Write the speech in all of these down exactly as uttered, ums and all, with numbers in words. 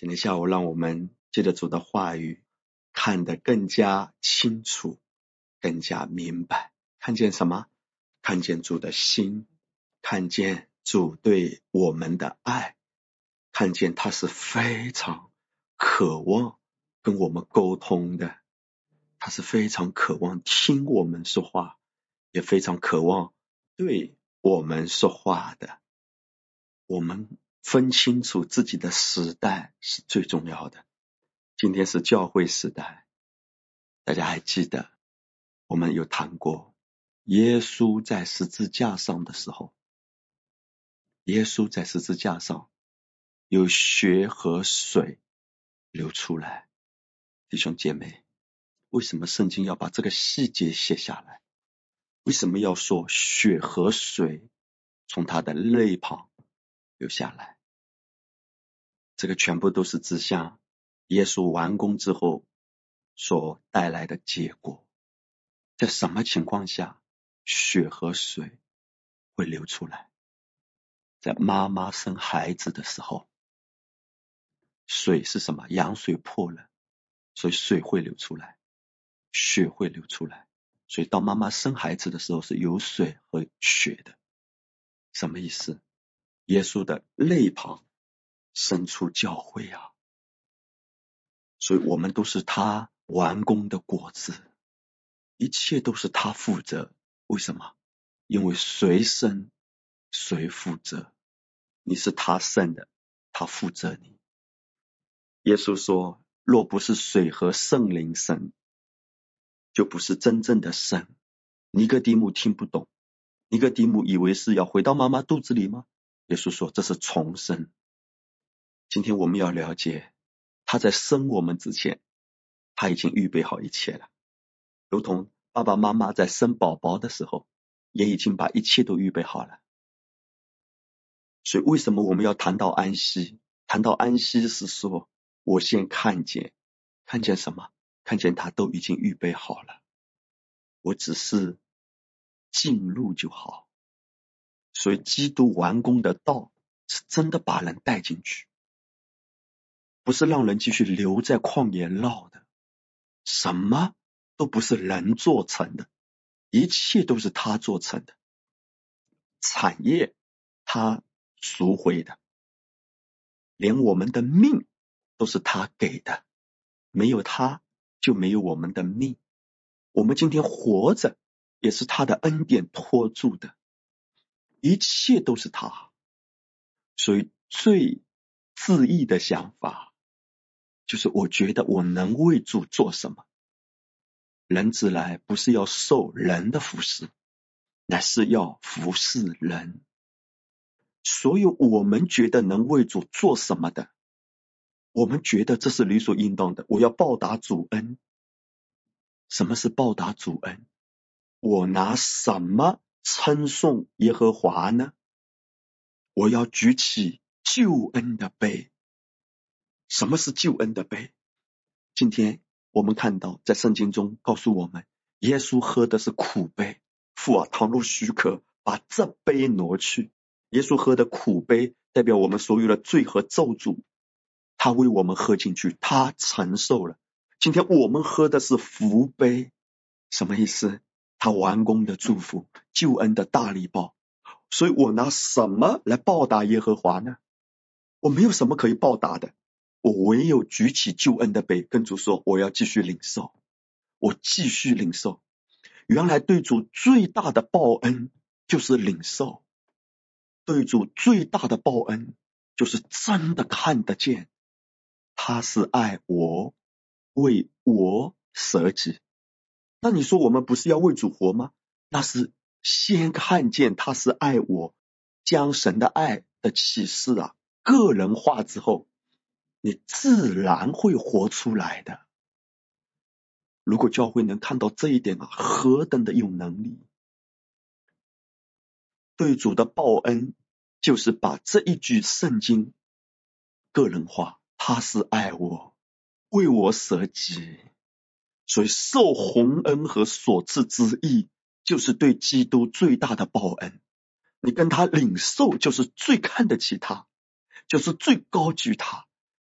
今天下午让我们借着主的话语看得更加清楚，更加明白。看见什么？看见主的心，看见主对我们的爱，看见他是非常渴望跟我们沟通的，他是非常渴望听我们说话，也非常渴望对我们说话的。我们分清楚自己的时代是最重要的。今天是教会时代，大家还记得我们有谈过，耶稣在十字架上的时候，耶稣在十字架上有血和水流出来。弟兄姐妹，为什么圣经要把这个细节写下来？为什么要说血和水从他的肋旁流下来？这个全部都是指向耶稣完工之后所带来的结果。在什么情况下血和水会流出来？在妈妈生孩子的时候，水是什么？羊水破了，所以水会流出来，血会流出来。所以到妈妈生孩子的时候是有水和血的。什么意思？耶稣的肋旁生出教会啊，所以我们都是他完工的果子，一切都是他负责。为什么？因为谁生谁负责，你是他生的，他负责你。耶稣说，若不是水和圣灵生，就不是真正的生。尼哥底母听不懂，尼哥底母以为是要回到妈妈肚子里吗？耶稣说这是重生。今天我们要了解，他在生我们之前，他已经预备好一切了，如同爸爸妈妈在生宝宝的时候，也已经把一切都预备好了。所以为什么我们要谈到安息？谈到安息是说，我先看见，看见什么？看见他都已经预备好了，我只是进入就好。所以基督完工的道是真的把人带进去，不是让人继续留在旷野绕的。什么都不是人做成的，一切都是他做成的。产业他赎回的，连我们的命都是他给的，没有他就没有我们的命。我们今天活着也是他的恩典托住的，一切都是他。所以最自义的想法就是我觉得我能为主做什么。人子来不是要受人的服侍，乃是要服侍人。所有我们觉得能为主做什么的，我们觉得这是理所应当的，我要报答主恩。什么是报答主恩？我拿什么称颂耶和华呢？我要举起救恩的杯。什么是救恩的杯？今天我们看到在圣经中告诉我们，耶稣喝的是苦杯，父啊，倘若许可，把这杯挪去。耶稣喝的苦杯代表我们所有的罪和咒诅，他为我们喝进去，他承受了。今天我们喝的是福杯。什么意思？他完工的祝福，救恩的大礼包。所以我拿什么来报答耶和华呢？我没有什么可以报答的，我唯有举起救恩的杯，跟主说，我要继续领受，我继续领受。原来对主最大的报恩就是领受，对主最大的报恩就是真的看得见他是爱我，为我舍己。那你说我们不是要为主活吗？那是先看见他是爱我，将神的爱的启示啊个人化之后，你自然会活出来的。如果教会能看到这一点啊，何等的有能力。对主的报恩就是把这一句圣经个人化，他是爱我，为我舍己。所以受洪恩和所赐之义，就是对基督最大的报恩。你跟他领受，就是最看得起他，就是最高举他。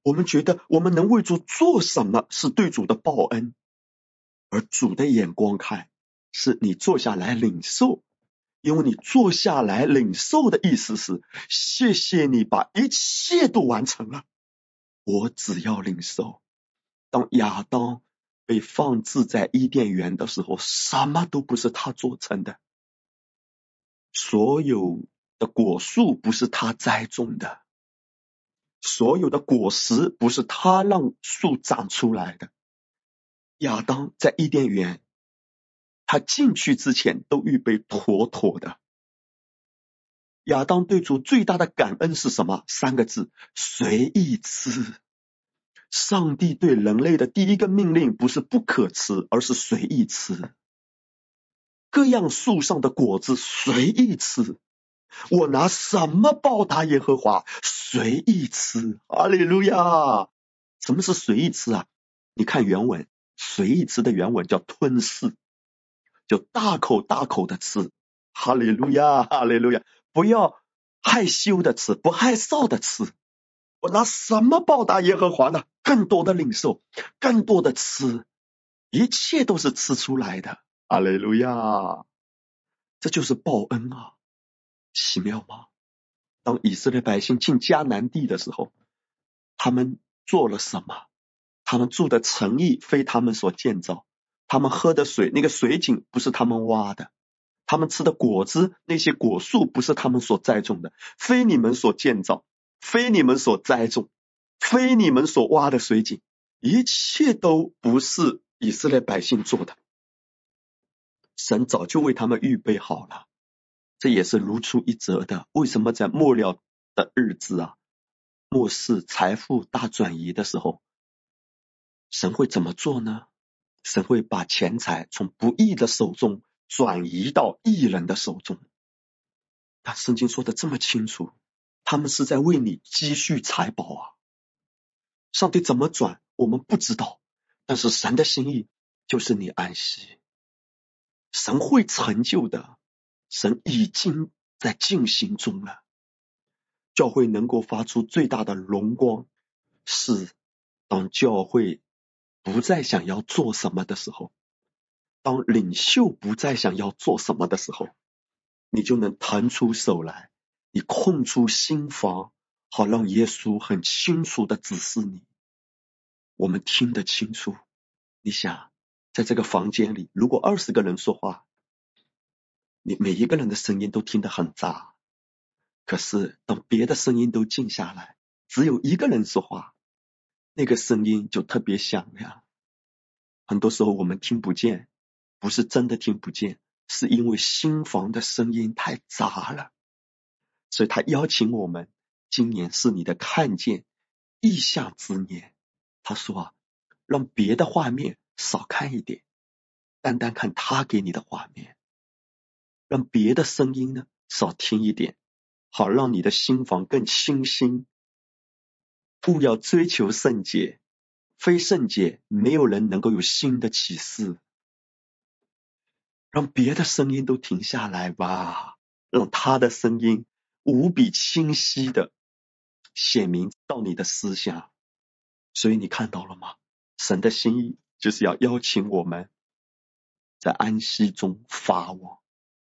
我们觉得我们能为主做什么是对主的报恩，而主的眼光看是你坐下来领受，因为你坐下来领受的意思是谢谢你把一切都完成了，我只要领受。当亚当被放置在伊甸园的时候，什么都不是他做成的，所有的果树不是他栽种的，所有的果实不是他让树长出来的。亚当在伊甸园，他进去之前都预备妥妥的。亚当对主最大的感恩是什么？三个字：随意吃。上帝对人类的第一个命令不是不可吃，而是随意吃。各样树上的果子随意吃，我拿什么报答耶和华？随意吃。哈利路亚！什么是随意吃啊？你看原文，随意吃的原文叫吞噬，就大口大口的吃。哈利路亚，哈利路亚！不要害羞的吃，不害臊的吃。我拿什么报答耶和华呢？更多的领受，更多的吃，一切都是吃出来的。哈利路亚！这就是报恩啊，奇妙吗？当以色列百姓进迦南地的时候，他们做了什么？他们住的城邑非他们所建造，他们喝的水，那个水井不是他们挖的，他们吃的果子，那些果树不是他们所栽种的，非你们所建造，非你们所栽种，非你们所挖的水井，一切都不是以色列百姓做的，神早就为他们预备好了。这也是如出一辙的。为什么在末了的日子啊，末世财富大转移的时候，神会怎么做呢？神会把钱财从不义的手中转移到义人的手中。但圣经说的这么清楚，他们是在为你积蓄财宝啊。上帝怎么转我们不知道，但是神的心意就是你安息，神会成就的，神已经在进行中了。教会能够发出最大的荣光，是当教会不再想要做什么的时候，当领袖不再想要做什么的时候，你就能腾出手来，你空出心房，好让耶稣很清楚的指示你。我们听得清楚。你想，在这个房间里，如果二十个人说话，你每一个人的声音都听得很杂，可是当别的声音都静下来，只有一个人说话，那个声音就特别响亮。很多时候我们听不见，不是真的听不见，是因为心房的声音太杂了。所以他邀请我们，今年是你的看见异象之年。他说啊，让别的画面少看一点，单单看他给你的画面，让别的声音呢少听一点，好让你的心房更清新。勿要追求圣洁，非圣洁没有人能够有新的启示。让别的声音都停下来吧，让他的声音无比清晰的显明到你的思想。所以你看到了吗？神的心意就是要邀请我们在安息中发望。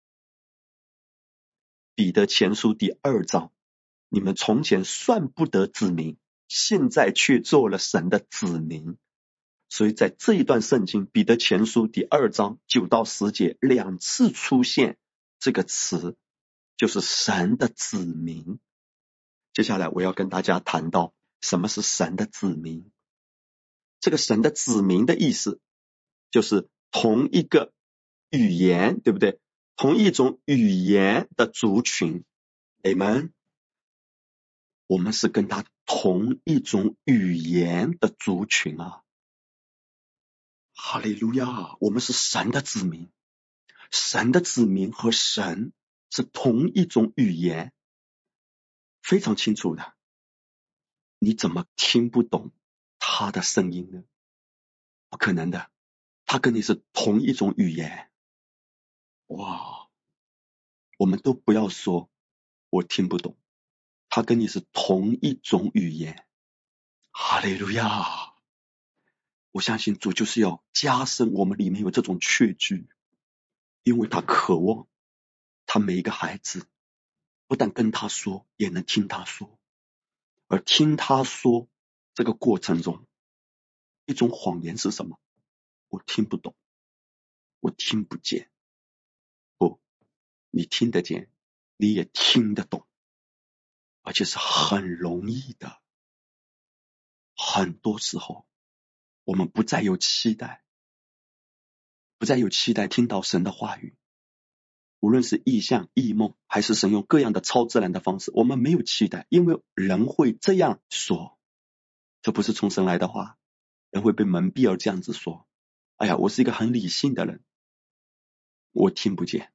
彼得前书第二章，你们从前算不得子民，现在却做了神的子民。所以在这一段圣经彼得前书第二章九到十节两次出现这个词，就是神的子民。接下来我要跟大家谈到什么是神的子民。这个神的子民的意思就是同一个语言，对不对？同一种语言的族群。Amen。我们是跟他同一种语言的族群啊。哈利路亚！我们是神的子民，神的子民和神是同一种语言，非常清楚的。你怎么听不懂他的声音呢？不可能的，他跟你是同一种语言。哇，我们都不要说我听不懂，他跟你是同一种语言。 哈利路亚！我相信主就是要加深我们里面有这种确据，因为他渴望他每一个孩子不但跟他说，也能听他说，而听他说这个过程中，一种谎言是什么？我听不懂，我听不见。不，你听得见，你也听得懂，而且是很容易的。很多时候我们不再有期待，不再有期待听到神的话语，无论是异象、异梦，还是神用各样的超自然的方式，我们没有期待，因为人会这样说，这不是从神来的话，人会被蒙蔽而这样子说。哎呀，我是一个很理性的人，我听不见。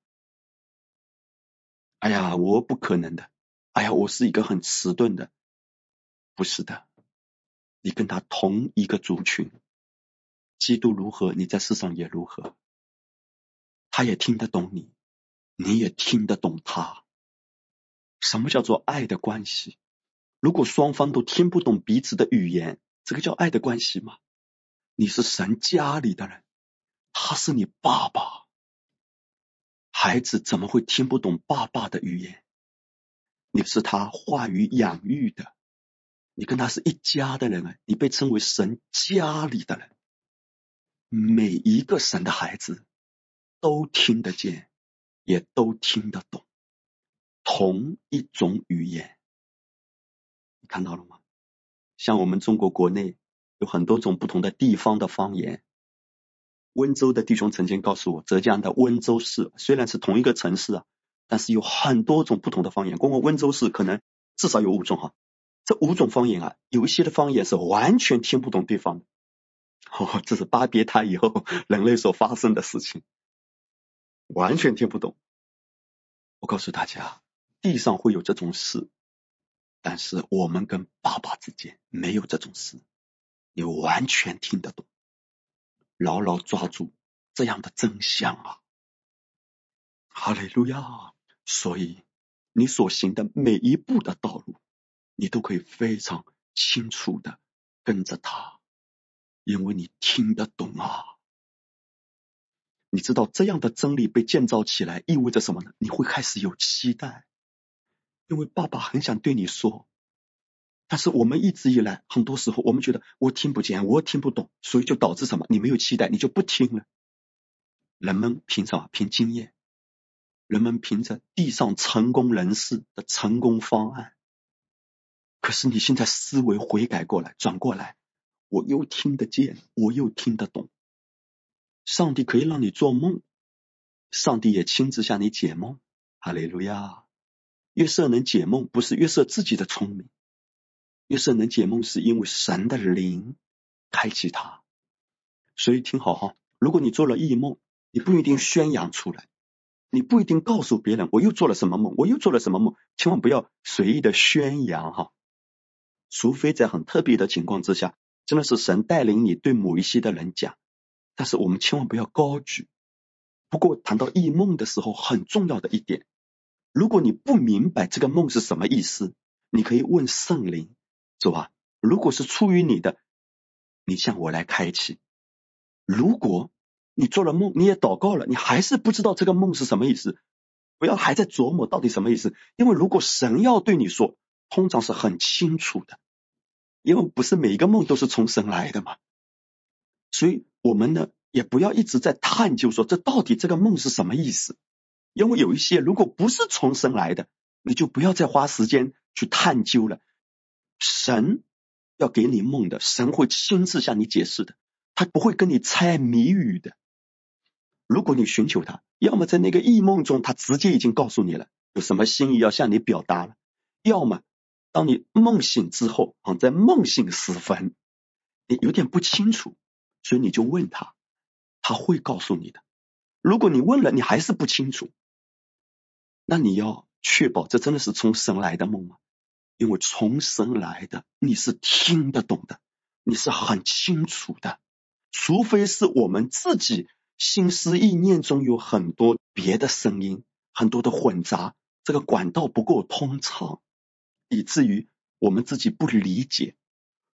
哎呀，我不可能的。哎呀，我是一个很迟钝的。不是的，你跟他同一个族群，基督如何，你在世上也如何。他也听得懂你，你也听得懂他。什么叫做爱的关系？如果双方都听不懂彼此的语言，这个叫爱的关系吗？你是神家里的人，他是你爸爸，孩子怎么会听不懂爸爸的语言？你是他话语养育的，你跟他是一家的人，你被称为神家里的人。每一个神的孩子都听得见，也都听得懂同一种语言。你看到了吗？像我们中国国内有很多种不同的地方的方言。温州的弟兄曾经告诉我，浙江的温州市虽然是同一个城市啊，但是有很多种不同的方言。光光温州市可能至少有五种哈。这五种方言啊，有一些的方言是完全听不懂对方的。哦，这是巴别塔以后人类所发生的事情，完全听不懂。我告诉大家，地上会有这种事，但是我们跟爸爸之间没有这种事，你完全听得懂。牢牢抓住这样的真相啊！哈利路亚！所以你所行的每一步的道路，你都可以非常清楚的跟着他，因为你听得懂啊。你知道这样的真理被建造起来意味着什么呢？你会开始有期待，因为爸爸很想对你说，但是我们一直以来很多时候我们觉得我听不见，我听不懂，所以就导致什么？你没有期待，你就不听了。人们凭什么？凭经验，人们凭着地上成功人士的成功方案。可是你现在思维悔改过来，转过来，我又听得见，我又听得懂。上帝可以让你做梦，上帝也亲自向你解梦。哈利路亚！约瑟能解梦，不是约瑟自己的聪明，约瑟能解梦是因为神的灵开启他。所以听好哈，如果你做了异梦，你不一定宣扬出来，你不一定告诉别人我又做了什么梦，我又做了什么梦，千万不要随意的宣扬哈。除非在很特别的情况之下，真的是神带领你对某一些的人讲，但是我们千万不要高举。不过谈到异梦的时候，很重要的一点，如果你不明白这个梦是什么意思，你可以问圣灵，是吧？如果是出于你的，你向我来开启。如果你做了梦，你也祷告了，你还是不知道这个梦是什么意思，不要还在琢磨到底什么意思，因为如果神要对你说，通常是很清楚的，因为不是每一个梦都是从神来的嘛。所以我们呢，也不要一直在探究说这到底这个梦是什么意思，因为有一些如果不是从神来的，你就不要再花时间去探究了。神要给你梦的，神会亲自向你解释的，他不会跟你猜谜语的。如果你寻求他，要么在那个异梦中他直接已经告诉你了有什么心意要向你表达了，要么当你梦醒之后，在梦醒时分你有点不清楚，所以你就问他，他会告诉你的。如果你问了你还是不清楚，那你要确保这真的是从神来的梦吗？因为从神来的你是听得懂的，你是很清楚的，除非是我们自己心思意念中有很多别的声音，很多的混杂，这个管道不够通畅，以至于我们自己不理解。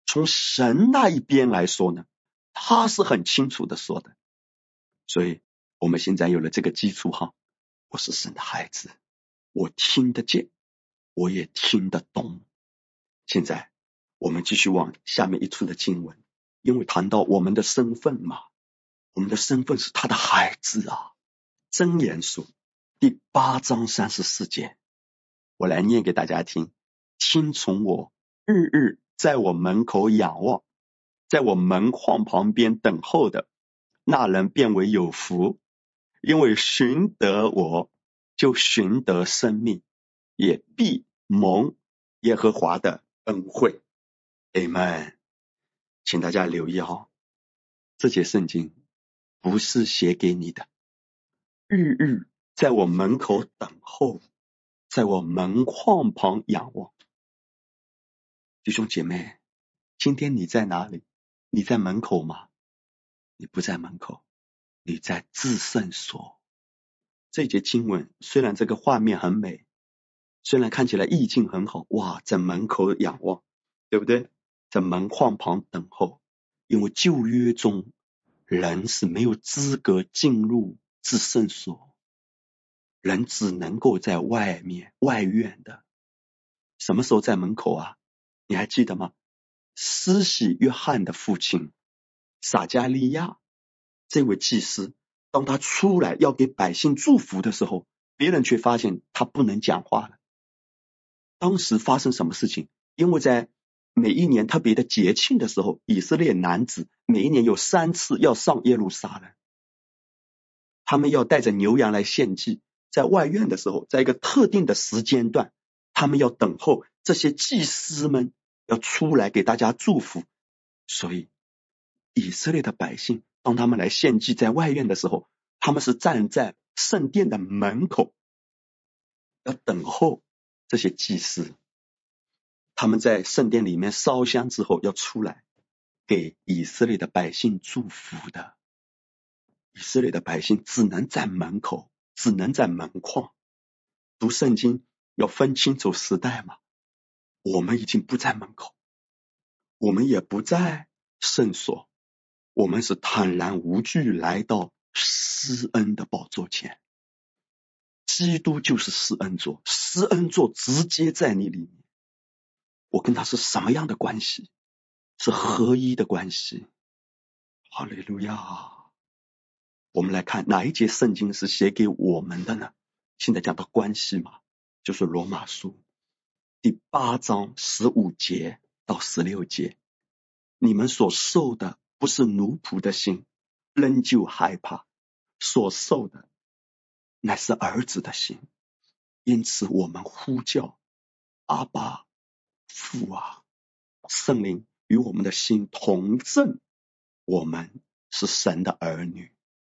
从神那一边来说呢，他是很清楚的说的。所以我们现在有了这个基础哈，我是神的孩子，我听得见，我也听得懂。现在我们继续往下面一处的经文，因为谈到我们的身份嘛，我们的身份是他的孩子啊。箴言书第八章三十四节，我来念给大家听。听从我，日日在我门口仰望，在我门框旁边等候的，那人变为有福，因为寻得我，就寻得生命，也必蒙耶和华的恩惠。 Amen。 请大家留意哈，这节圣经不是写给你的。日日在我门口等候，在我门框旁仰望。弟兄姐妹，今天你在哪里？你在门口吗？你不在门口，你在至圣所。这节经文虽然这个画面很美，虽然看起来意境很好，哇，在门口仰望，对不对？在门框旁等候。因为旧约中人是没有资格进入至圣所，人只能够在外面外院的。什么时候在门口啊？你还记得吗？施洗约翰的父亲撒迦利亚这位祭司，当他出来要给百姓祝福的时候，别人却发现他不能讲话了。当时发生什么事情？因为在每一年特别的节庆的时候，以色列男子每一年有三次要上耶路撒冷，他们要带着牛羊来献祭。在外院的时候，在一个特定的时间段，他们要等候这些祭司们要出来给大家祝福。所以以色列的百姓当他们来献祭在外院的时候，他们是站在圣殿的门口，要等候这些祭司。他们在圣殿里面烧香之后要出来给以色列的百姓祝福的。以色列的百姓只能在门口，只能在门框。读圣经要分清楚时代嘛，我们已经不在门口，我们也不在圣所，我们是坦然无惧来到施恩的宝座前。基督就是施恩座，施恩座直接在你里面。我跟他是什么样的关系？是合一的关系。哈利路亚。我们来看哪一节圣经是写给我们的呢？现在讲到关系嘛，就是罗马书第八章十五节到十六节。你们所受的不是奴仆的心，仍旧害怕，所受的乃是儿子的心。因此我们呼叫阿爸父啊，圣灵与我们的心同证，我们是神的儿女。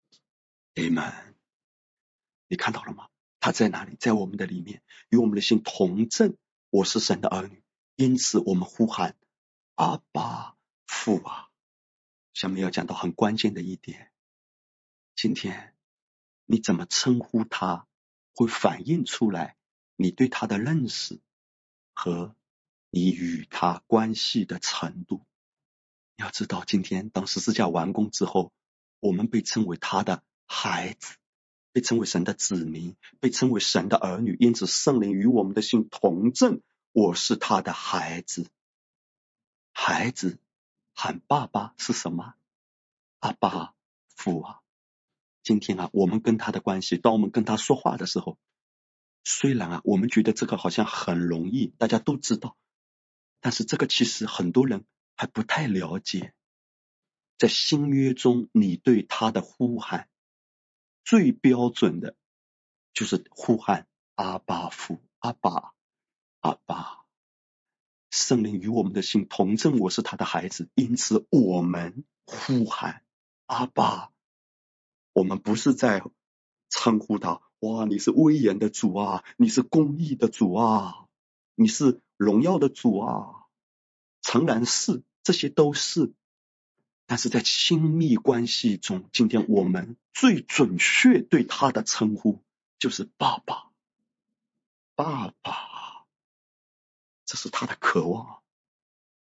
Amen。 你看到了吗？他在哪里？在我们的里面，与我们的心同证，我是神的儿女。因此我们呼喊阿爸父啊。下面要讲到很关键的一点，今天你怎么称呼他，会反映出来你对他的认识和你与他关系的程度。要知道，今天当十字架完工之后，我们被称为他的孩子，被称为神的子民，被称为神的儿女。因此圣灵与我们的心同证，我是他的孩子。孩子喊爸爸是什么？阿爸父啊。今天啊，我们跟他的关系，当我们跟他说话的时候，虽然啊，我们觉得这个好像很容易，大家都知道，但是这个其实很多人还不太了解。在新约中，你对他的呼喊最标准的就是呼喊阿爸父，阿爸阿爸。圣灵与我们的心同证，我是他的孩子，因此我们呼喊阿爸。我们不是在称呼他，哇，你是威严的主啊，你是公义的主啊，你是荣耀的主啊。诚然是，这些都是。但是在亲密关系中，今天我们最准确对他的称呼就是爸爸，爸爸。这是他的渴望，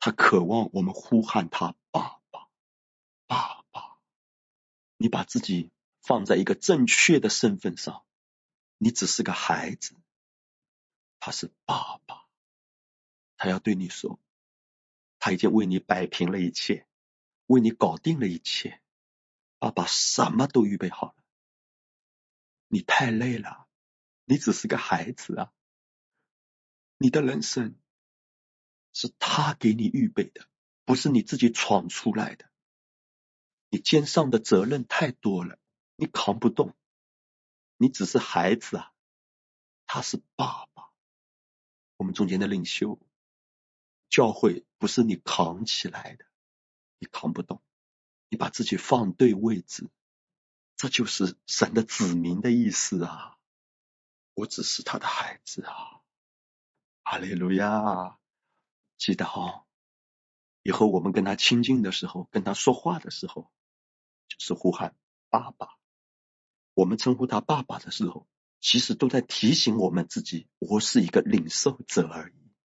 他渴望我们呼喊他爸爸，爸爸。你把自己放在一个正确的身份上，你只是个孩子，他是爸爸，他要对你说，他已经为你摆平了一切，为你搞定了一切，爸爸什么都预备好了。你太累了，你只是个孩子啊，你的人生是他给你预备的，不是你自己闯出来的。你肩上的责任太多了，你扛不动，你只是孩子啊，他是爸爸。我们中间的领袖，教会不是你扛起来的，你扛不动，你把自己放对位置，这就是神的子民的意思啊。我只是他的孩子啊，哈利路亚！记得哦，以后我们跟他亲近的时候，跟他说话的时候，就是呼喊爸爸。我们称呼他爸爸的时候，其实都在提醒我们自己，我是一个领受者而已。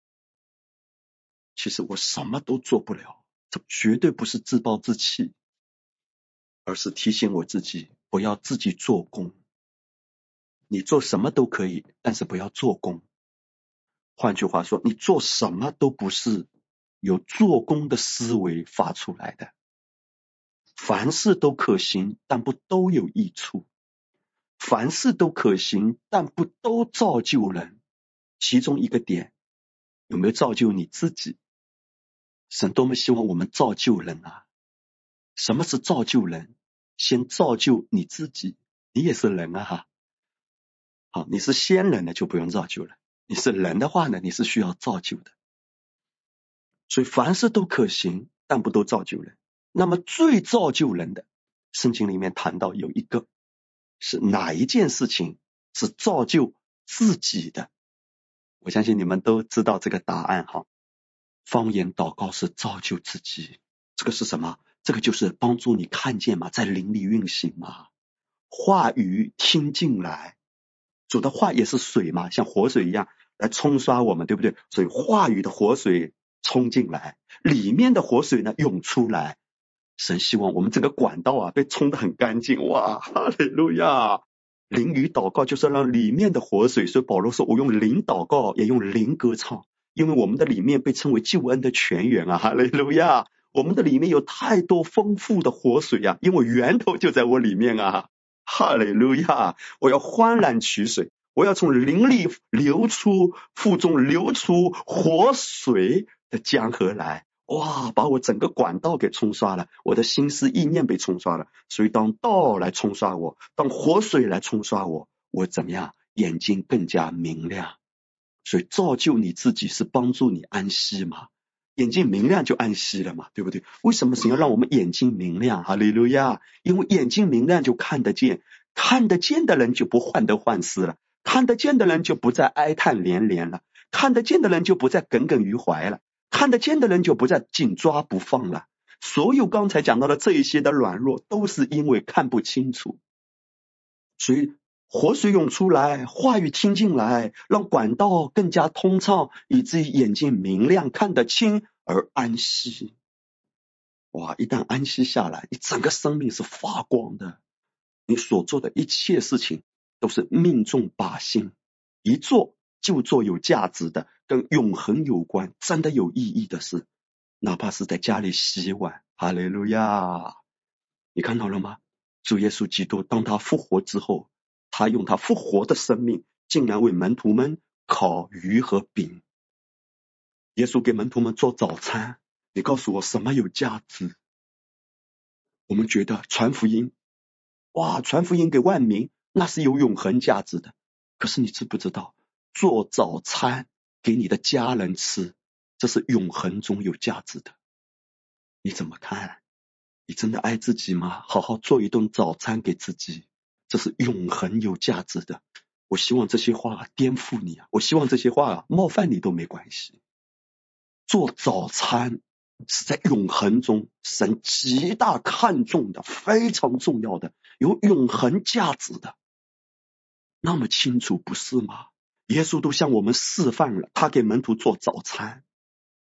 其实我什么都做不了，这绝对不是自暴自弃，而是提醒我自己不要自己做工。你做什么都可以，但是不要做工。换句话说，你做什么都不是有做工的思维发出来的。凡事都可行，但不都有益处。凡事都可行，但不都造就人。其中一个点，有没有造就你自己？神多么希望我们造就人啊！什么是造就人？先造就你自己，你也是人啊哈。好，你是仙人呢，就不用造就了。你是人的话呢，你是需要造就的。所以凡事都可行，但不都造就人。那么最造就人的，圣经里面谈到有一个，是哪一件事情是造就自己的？我相信你们都知道这个答案哈。方言祷告是造就自己，这个是什么？这个就是帮助你看见嘛，在灵里运行嘛。话语听进来，主的话也是水嘛，像活水一样来冲刷我们，对不对？所以话语的活水冲进来，里面的活水呢涌出来。神希望我们这个管道啊被冲得很干净，哇，哈利路亚！灵语祷告就是让里面的活水，所以保罗说我用灵祷告，也用灵歌唱，因为我们的里面被称为救恩的泉源啊，哈利路亚！我们的里面有太多丰富的活水啊，因为源头就在我里面啊，哈利路亚！我要欢然取水，我要从灵里流出，腹中流出活水的江河来。哇，把我整个管道给冲刷了，我的心思意念被冲刷了。所以当道来冲刷我，当活水来冲刷我，我怎么样？眼睛更加明亮。所以造就你自己是帮助你安息嘛，眼睛明亮就安息了嘛，对不对？为什么神要让我们眼睛明亮？哈利路亚！因为眼睛明亮就看得见，看得见的人就不患得患失了，看得见的人就不再哀叹连连了，看得见的人就不再耿耿于怀了，看得见的人就不再紧抓不放了。所有刚才讲到的这一些的软弱，都是因为看不清楚。所以活水涌出来，话语听进来，让管道更加通畅，以至于眼睛明亮，看得清而安息。哇，一旦安息下来，你整个生命是发光的，你所做的一切事情都是命中靶心，一做就做有价值的，跟永恒有关，真的有意义的事。哪怕是在家里洗碗，哈利路亚！你看到了吗？主耶稣基督当他复活之后，他用他复活的生命，竟然为门徒们烤鱼和饼。耶稣给门徒们做早餐，你告诉我什么有价值？我们觉得传福音，哇，传福音给万民，那是有永恒价值的。可是你知不知道，做早餐给你的家人吃，这是永恒中有价值的。你怎么看？你真的爱自己吗？好好做一顿早餐给自己，这是永恒有价值的。我希望这些话颠覆你啊！我希望这些话冒犯你都没关系。做早餐是在永恒中神极大看重的，非常重要的，有永恒价值的。那么清楚不是吗？耶稣都向我们示范了，他给门徒做早餐。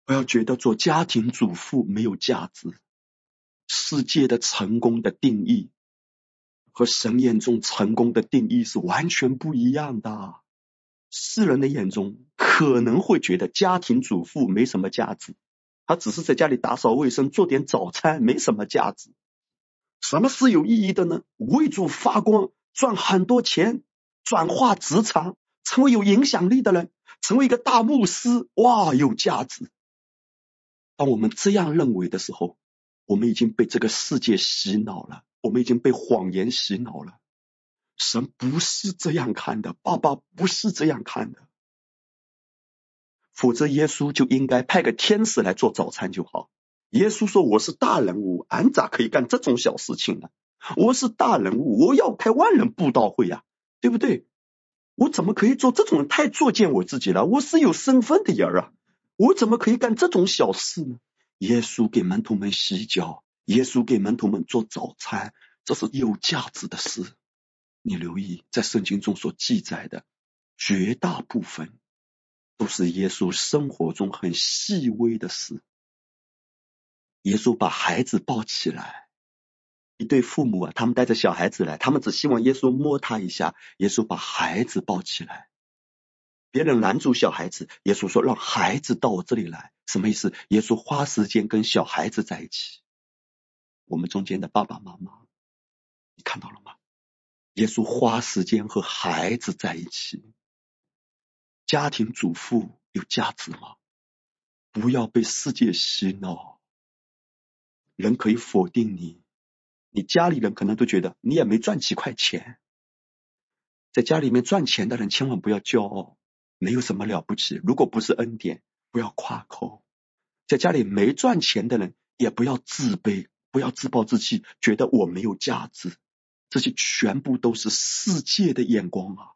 不要觉得做家庭主妇没有价值。世界的成功的定义和神眼中成功的定义是完全不一样的。世人的眼中可能会觉得家庭主妇没什么价值，她只是在家里打扫卫生做点早餐，没什么价值。什么是有意义的呢？为主发光，赚很多钱，转化职场，成为有影响力的人，成为一个大牧师，哇，有价值。当我们这样认为的时候，我们已经被这个世界洗脑了，我们已经被谎言洗脑了。神不是这样看的，爸爸不是这样看的，否则耶稣就应该派个天使来做早餐就好。耶稣说我是大人物，俺咋可以干这种小事情呢？我是大人物，我要开万人布道会啊，对不对？我怎么可以做这种人？太作践我自己了，我是有身份的人啊，我怎么可以干这种小事呢？耶稣给门徒们洗脚，耶稣给门徒们做早餐，这是有价值的事。你留意在圣经中所记载的绝大部分都是耶稣生活中很细微的事。耶稣把孩子抱起来，一对父母啊，他们带着小孩子来，他们只希望耶稣摸他一下，耶稣把孩子抱起来。别人拦住小孩子，耶稣说让孩子到我这里来，什么意思？耶稣花时间跟小孩子在一起。我们中间的爸爸妈妈，你看到了吗？耶稣花时间和孩子在一起。家庭主妇有价值吗？不要被世界洗脑。人可以否定你，你家里人可能都觉得你也没赚几块钱。在家里面赚钱的人千万不要骄傲，没有什么了不起，如果不是恩典，不要夸口。在家里没赚钱的人也不要自卑，不要自暴自弃，觉得我没有价值。这些全部都是世界的眼光啊！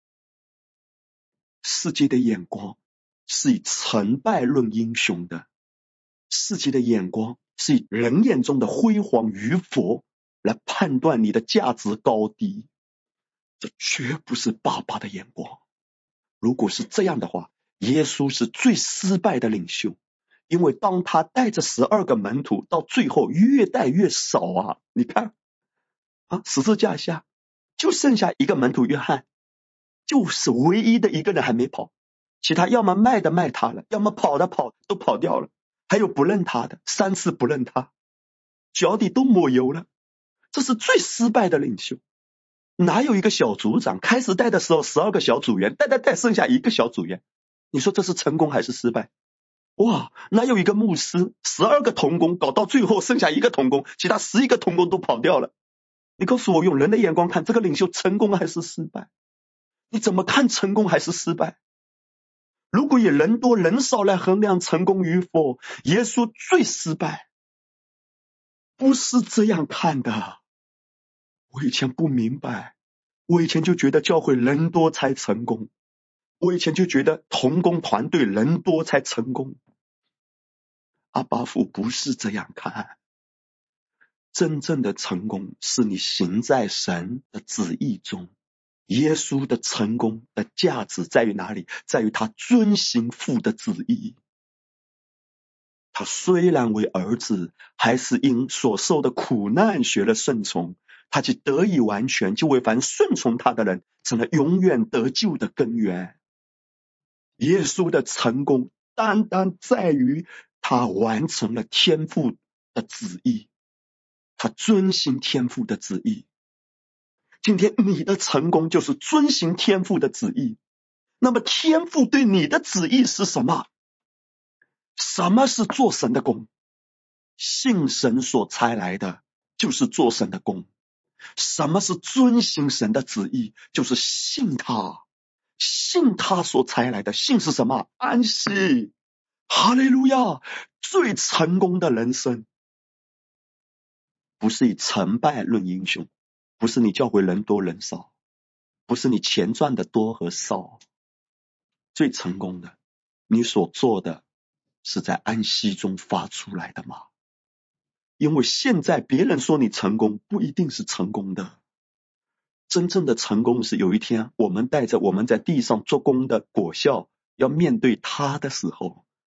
世界的眼光是以成败论英雄的，世界的眼光是以人眼中的辉煌与否来判断你的价值高低。这绝不是爸爸的眼光。如果是这样的话，耶稣是最失败的领袖，因为当他带着十二个门徒到最后越带越少啊！你看啊，十字架下就剩下一个门徒约翰，就是唯一的一个人还没跑，其他要么卖的卖他了，要么跑的跑都跑掉了，还有不认他的，三次不认他，脚底都抹油了。这是最失败的领袖。哪有一个小组长开始带的时候十二个小组员，带带带剩下一个小组员，你说这是成功还是失败？哇，哪有一个牧师十二个同工搞到最后剩下一个同工，其他十一个同工都跑掉了。你告诉我，用人的眼光看这个领袖成功还是失败？你怎么看成功还是失败？如果以人多人少来衡量成功与否，耶稣最失败。不是这样看的。我以前不明白，我以前就觉得教会人多才成功，我以前就觉得同工团队人多才成功。阿爸父不是这样看，真正的成功是你行在神的旨意中。耶稣的成功的价值在于哪里？在于他遵行父的旨意。他虽然为儿子，还是因所受的苦难学了顺从，他就得以完全，就为凡顺从他的人成了永远得救的根源。耶稣的成功单单在于他完成了天父的旨意，他遵行天父的旨意。今天你的成功就是遵行天父的旨意。那么天父对你的旨意是什么？什么是做神的工？信神所差来的就是做神的工。什么是遵行神的旨意？就是信他，信他所差来的。信是什么？安息。哈利路亚！最成功的人生不是以成败论英雄，不是你教会人多人少，不是你钱赚的多和少。最成功的，你所做的是在安息中发出来的吗？因为现在别人说你成功，不一定是成功的。真正的成功是有一天我们带着我们在地上做工的果效，要面对他的时候，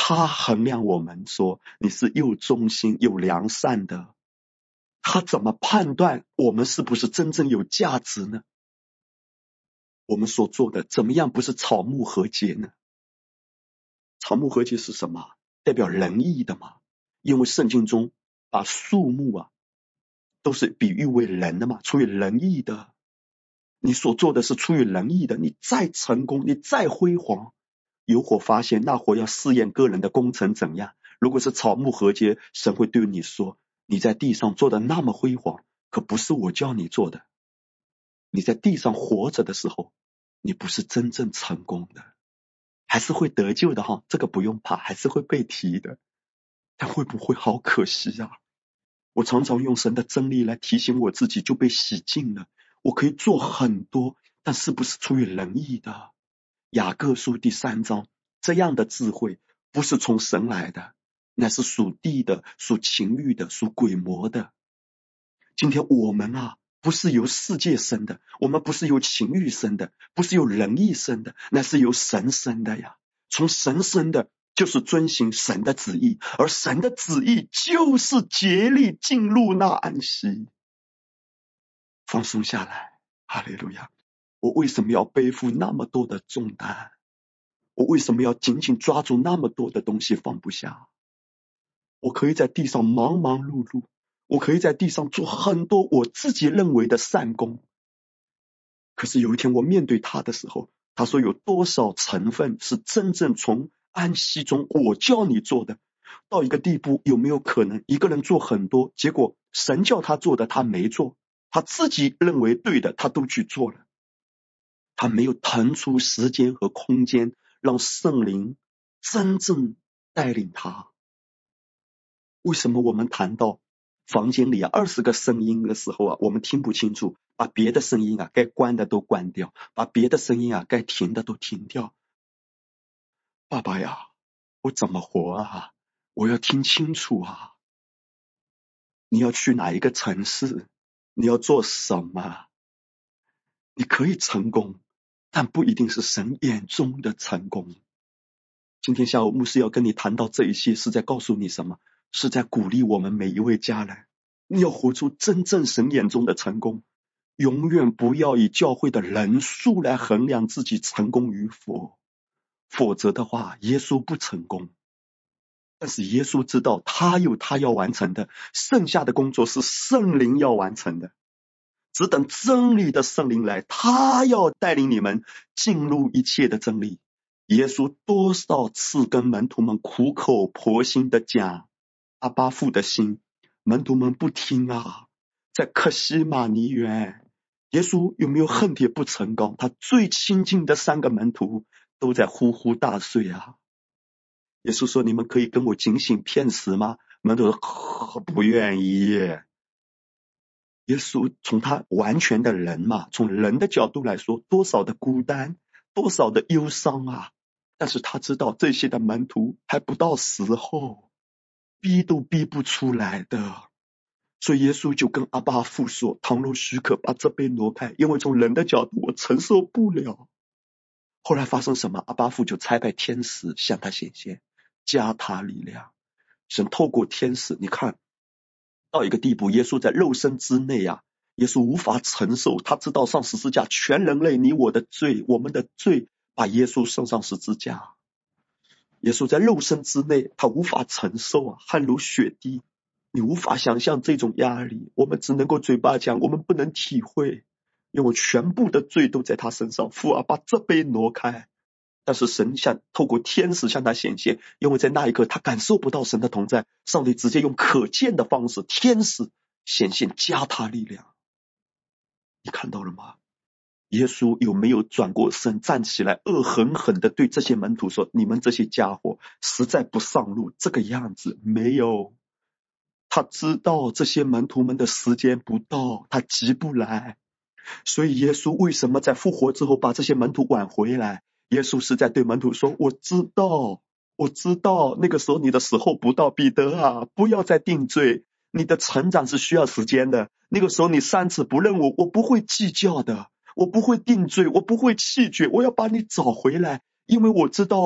他衡量我们说你是又忠心又良善的，他怎么判断我们是不是真正有价值呢？我们所做的怎么样不是草木和解呢？草木和解是什么？代表仁义的嘛。因为圣经中把树木啊都是比喻为人的嘛，出于仁义的。你所做的是出于仁义的，你再成功，你再辉煌，有火发现，那火要试验个人的工程怎样。如果是草木和解，神会对你说，你在地上做的那么辉煌，可不是我叫你做的。你在地上活着的时候，你不是真正成功的，还是会得救的哈，这个不用怕，还是会被提的。但会不会好可惜啊？我常常用神的真理来提醒我自己，就被洗净了。我可以做很多，但是不是出于仁义的。雅各书第三章，这样的智慧不是从神来的，乃是属地的，属情欲的，属鬼魔的。今天我们啊，不是由世界生的，我们不是由情欲生的，不是由仁义生的，乃是由神生的呀。从神生的就是遵行神的旨意，而神的旨意就是竭力进入那安息。放松下来，哈利路亚！我为什么要背负那么多的重担？我为什么要紧紧抓住那么多的东西放不下？我可以在地上忙忙碌碌，我可以在地上做很多我自己认为的善功，可是有一天我面对他的时候，他说有多少成分是真正从安息中我叫你做的？到一个地步，有没有可能一个人做很多，结果神叫他做的他没做，他自己认为对的他都去做了，他没有腾出时间和空间让圣灵真正带领他。为什么我们谈到房间里啊二十个声音的时候啊，我们听不清楚，把别的声音啊该关的都关掉，把别的声音啊该停的都停掉？爸爸呀，我怎么活啊？我要听清楚啊！你要去哪一个城市？你要做什么？你可以成功，但不一定是神眼中的成功。今天下午牧师要跟你谈到这一些，是在告诉你什么？是在鼓励我们每一位家人，你要活出真正神眼中的成功，永远不要以教会的人数来衡量自己成功与否，否则的话，耶稣不成功。但是耶稣知道他有他要完成的，剩下的工作是圣灵要完成的，只等真理的圣灵来，他要带领你们进入一切的真理。耶稣多少次跟门徒们苦口婆心的讲阿爸父的心，门徒们不听啊。在客西马尼园，耶稣有没有恨铁不成钢？他最亲近的三个门徒都在呼呼大睡啊。耶稣说，你们可以跟我警醒片时吗？门徒说不愿意。耶稣从他完全的人嘛，从人的角度来说，多少的孤单，多少的忧伤啊！但是他知道这些的门徒还不到时候，逼都逼不出来的，所以耶稣就跟阿爸父说，倘若许可，把这杯挪开，因为从人的角度我承受不了。后来发生什么？阿爸父就差派天使向他显现，加他力量。神透过天使，你看到一个地步，耶稣在肉身之内啊，耶稣无法承受，他知道上十字架，全人类你我的罪，我们的罪把耶稣送上十字架。耶稣在肉身之内，他无法承受啊，汗如血滴，你无法想象这种压力，我们只能够嘴巴讲，我们不能体会，因为全部的罪都在他身上。父啊，把这杯挪开。但是神向透过天使向他显现，因为在那一刻他感受不到神的同在，上帝直接用可见的方式，天使显现加他力量。你看到了吗？耶稣有没有转过身站起来，恶狠狠地对这些门徒说，你们这些家伙实在不上路，这个样子？没有，他知道这些门徒们的时间不到，他急不来。所以耶稣为什么在复活之后把这些门徒挽回来？耶稣是在对门徒说，我知道，我知道那个时候你的时候不到，彼得啊，不要再定罪，你的成长是需要时间的。那个时候你三次不认我，我不会计较的，我不会定罪，我不会弃绝，我要把你找回来，因为我知道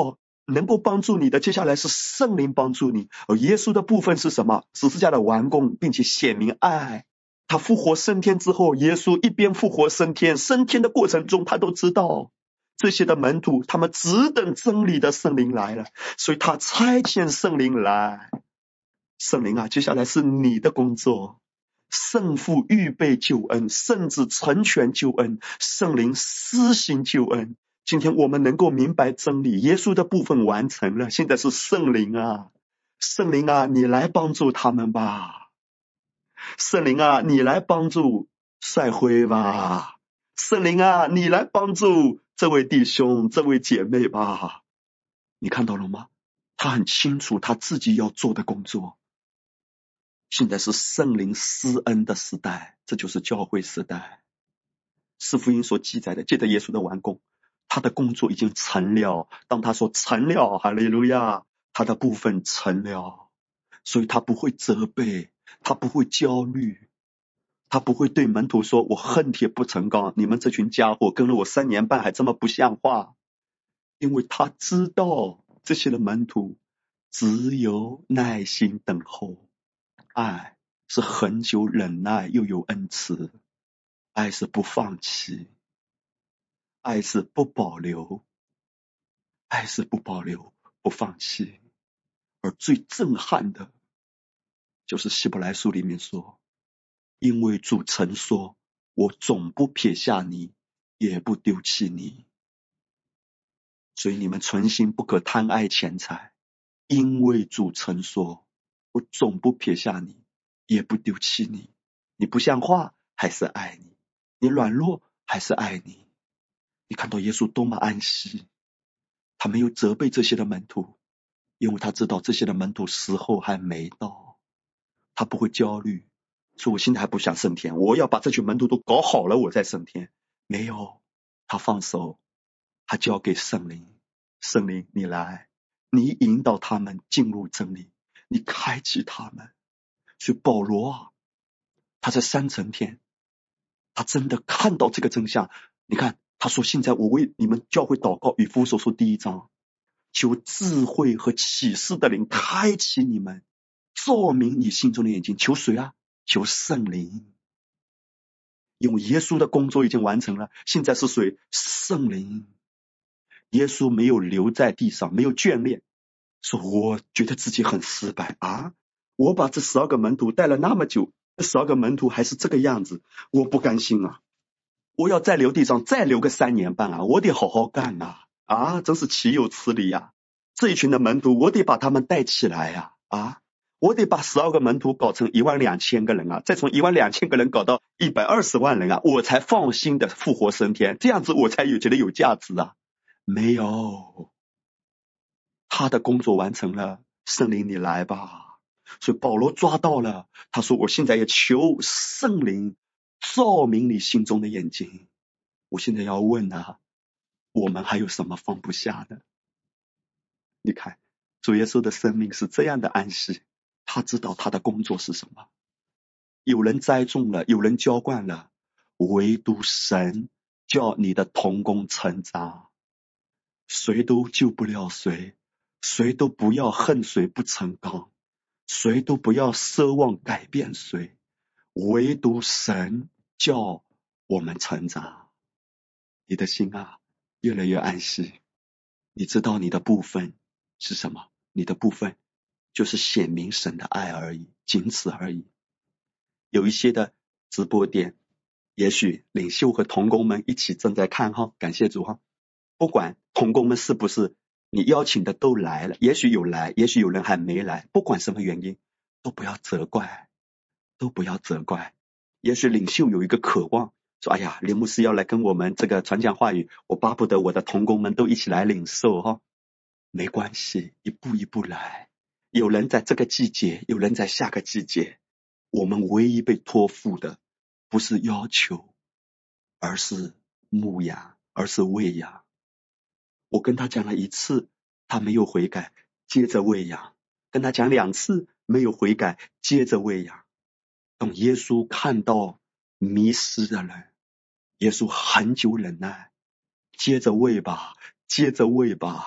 能够帮助你的，接下来是圣灵帮助你。而耶稣的部分是什么？十字架的完工，并且显明爱。他复活升天之后，耶稣一边复活升天，升天的过程中，他都知道这些的门徒，他们只等真理的圣灵来了，所以他差遣圣灵来。圣灵啊，接下来是你的工作。圣父预备救恩，圣子成全救恩，圣灵施行救恩。今天我们能够明白真理，耶稣的部分完成了，现在是圣灵啊，圣灵啊，你来帮助他们吧。圣灵啊，你来帮助赛辉吧。圣灵啊，你来帮助这位弟兄这位姐妹吧。你看到了吗？他很清楚他自己要做的工作。现在是圣灵施恩的时代，这就是教会时代。四福音所记载的，借着耶稣的完工，他的工作已经成了。当他说成了，哈利路亚，他的部分成了，所以他不会责备，他不会焦虑，他不会对门徒说我恨铁不成钢，你们这群家伙跟了我三年半还这么不像话。因为他知道这些的门徒只有耐心等候，爱是恒久忍耐又有恩慈，爱是不放弃，爱是不保留，爱是不保留不放弃。而最震撼的就是希伯来书里面说，因为主曾说我总不撇下你，也不丢弃你。所以你们存心不可贪爱钱财，因为主曾说我总不撇下你，也不丢弃你。你不像话还是爱你，你软弱还是爱你。你看到耶稣多么安息，他没有责备这些的门徒，因为他知道这些的门徒时候还没到，他不会焦虑，说我现在还不想升天，我要把这群门徒都搞好了我再升天。没有，他放手，他交给圣灵。圣灵你来，你引导他们进入真理，你开启他们。所以保罗啊，他在三层天，他真的看到这个真相。你看他说，现在我为你们教会祷告，以弗所书第一章，求智慧和启示的灵开启你们，照明你心中的眼睛。求谁啊？求圣灵。因为耶稣的工作已经完成了，现在是谁？圣灵。耶稣没有留在地上，没有眷恋，说我觉得自己很失败啊！我把这十二个门徒带了那么久，这十二个门徒还是这个样子，我不甘心啊！我要再留地上，再留个三年半啊！我得好好干啊！啊，真是岂有此理呀！这一群的门徒，我得把他们带起来呀！啊，我得把十二个门徒搞成一万两千个人啊，再从一万两千个人搞到一百二十万人啊，我才放心的复活升天，这样子我才有觉得有价值啊！没有，他的工作完成了，圣灵你来吧。所以保罗抓到了，他说我现在也求圣灵照明你心中的眼睛。我现在要问啊，我们还有什么放不下的？你看主耶稣的生命是这样的安息，他知道他的工作是什么。有人栽种了，有人浇灌了，唯独神叫你的同工成长。谁都救不了谁，谁都不要恨谁不成钢，谁都不要奢望改变谁，唯独神叫我们成长。你的心啊越来越安息，你知道你的部分是什么？你的部分就是显明神的爱而已，仅此而已。有一些的直播点，也许领袖和同工们一起正在看哈，感谢主哈。不管同工们是不是你邀请的都来了，也许有来，也许有人还没来，不管什么原因，都不要责怪，都不要责怪。也许领袖有一个渴望，说哎呀，林牧师要来跟我们这个传讲话语，我巴不得我的同工们都一起来领受哈。没关系，一步一步来。有人在这个季节，有人在下个季节。我们唯一被托付的不是要求，而是牧养，而是喂养。我跟他讲了一次，他没有悔改，接着喂养；跟他讲两次，没有悔改，接着喂养。等耶稣看到迷失的人，耶稣很久忍耐，接着喂吧，接着喂吧，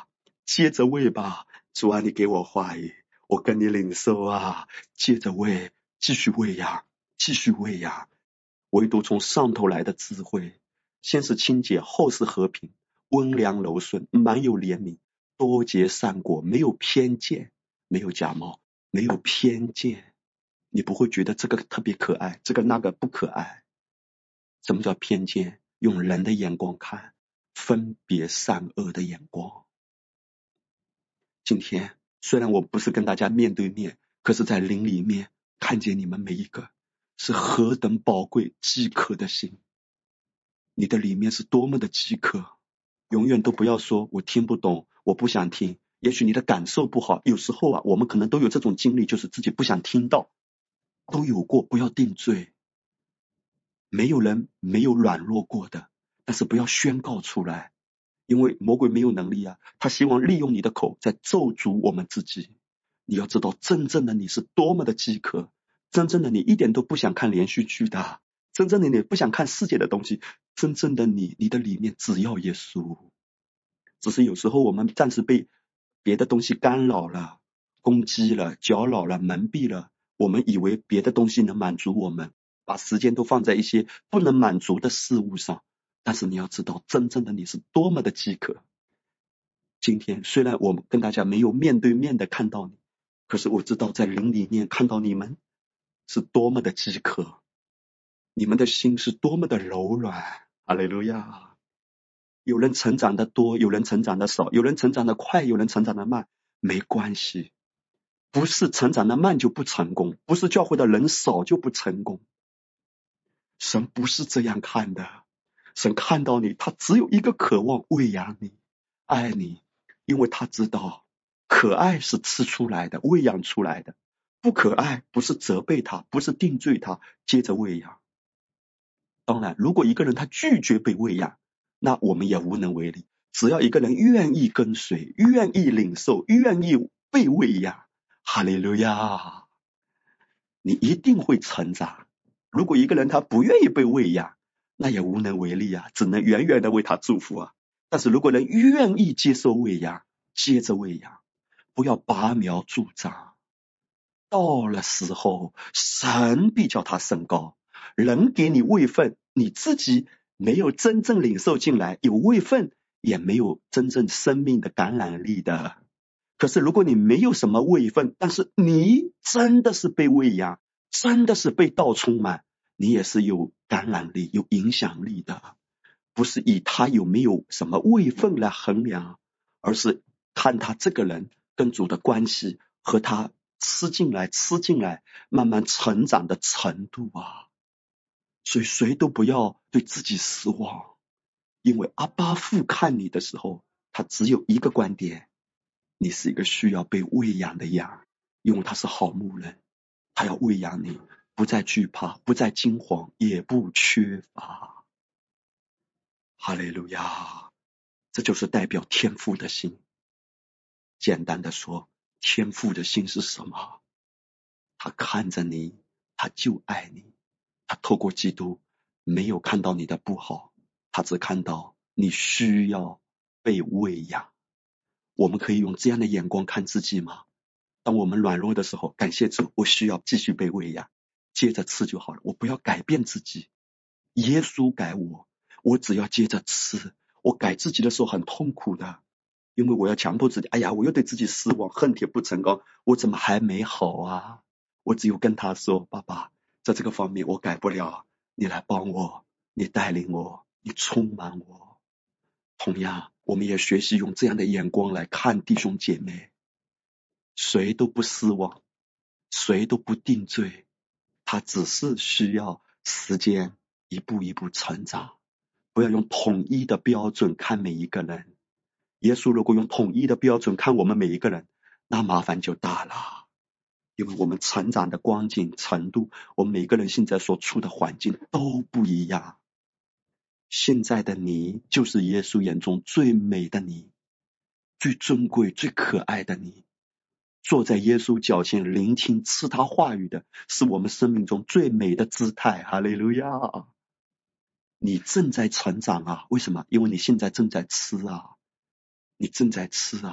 接着喂吧，主啊，你给我话语，我跟你领受啊，接着喂，继续喂养，继续喂养。唯独从上头来的智慧，先是清洁，后是和平，温良柔顺，满有怜悯，多结善果，没有偏见，没有假冒，没有偏见。你不会觉得这个特别可爱，这个那个不可爱。什么叫偏见？用人的眼光看，分别善恶的眼光。今天虽然我不是跟大家面对面，可是在灵里面看见你们每一个是何等宝贵饥渴的心。你的里面是多么的饥渴，永远都不要说我听不懂，我不想听。也许你的感受不好，有时候啊，我们可能都有这种经历，就是自己不想听到，都有过，不要定罪。没有人没有软弱过的，但是不要宣告出来，因为魔鬼没有能力啊，他希望利用你的口在咒诅我们自己。你要知道真正的你是多么的饥渴，真正的你一点都不想看连续剧的，真正的你不想看世界的东西，真正的你，你的里面只要耶稣。只是有时候我们暂时被别的东西干扰了，攻击了，搅扰了，蒙蔽了，我们以为别的东西能满足我们，把时间都放在一些不能满足的事物上。但是你要知道真正的你是多么的饥渴。今天虽然我们跟大家没有面对面的看到你，可是我知道在灵里面看到你们是多么的饥渴，你们的心是多么的柔软。哈利路亚。有人成长的多，有人成长的少，有人成长的快，有人成长的慢，没关系。不是成长的慢就不成功，不是教会的人少就不成功。神不是这样看的，神看到你，他只有一个渴望，喂养你，爱你，因为他知道可爱是吃出来的，喂养出来的，不可爱不是责备他，不是定罪他，接着喂养。当然如果一个人他拒绝被喂养，那我们也无能为力。只要一个人愿意跟随，愿意领受，愿意被喂养，哈利路亚，你一定会成长。如果一个人他不愿意被喂养，那也无能为力啊，只能远远的为他祝福啊。但是如果人愿意接受喂养，接着喂养，不要拔苗助长，到了时候神必叫他升高。人给你位分，你自己没有真正领受进来，有位分也没有真正生命的感染力的。可是如果你没有什么位分，但是你真的是被喂养，真的是被道充满，你也是有感染力有影响力的。不是以他有没有什么位分来衡量，而是看他这个人跟主的关系和他吃进来吃进来慢慢成长的程度啊。所以谁都不要对自己失望，因为阿爸父看你的时候，他只有一个观点，你是一个需要被喂养的羊，因为他是好牧人，他要喂养你，不再惧怕，不再惊慌，也不缺乏。哈利路亚，这就是代表天父的心。简单的说，天父的心是什么？他看着你，他就爱你，他透过基督没有看到你的不好，他只看到你需要被喂养。我们可以用这样的眼光看自己吗？当我们软弱的时候，感谢主，我需要继续被喂养，接着吃就好了，我不要改变自己。耶稣改我，我只要接着吃。我改自己的时候很痛苦的，因为我要强迫自己，哎呀，我又对自己失望，恨铁不成钢，我怎么还没好啊？我只有跟他说，爸爸，在这个方面我改不了，你来帮我，你带领我，你充满我。同样，我们也学习用这样的眼光来看弟兄姐妹，谁都不失望，谁都不定罪，他只是需要时间一步一步成长。不要用统一的标准看每一个人，耶稣如果用统一的标准看我们每一个人，那麻烦就大了。因为我们成长的光景程度，我们每个人现在所处的环境都不一样。现在的你就是耶稣眼中最美的你，最尊贵最可爱的你。坐在耶稣脚前聆听吃他话语的，是我们生命中最美的姿态。哈利路亚！你正在成长啊，为什么？因为你现在正在吃啊，你正在吃啊，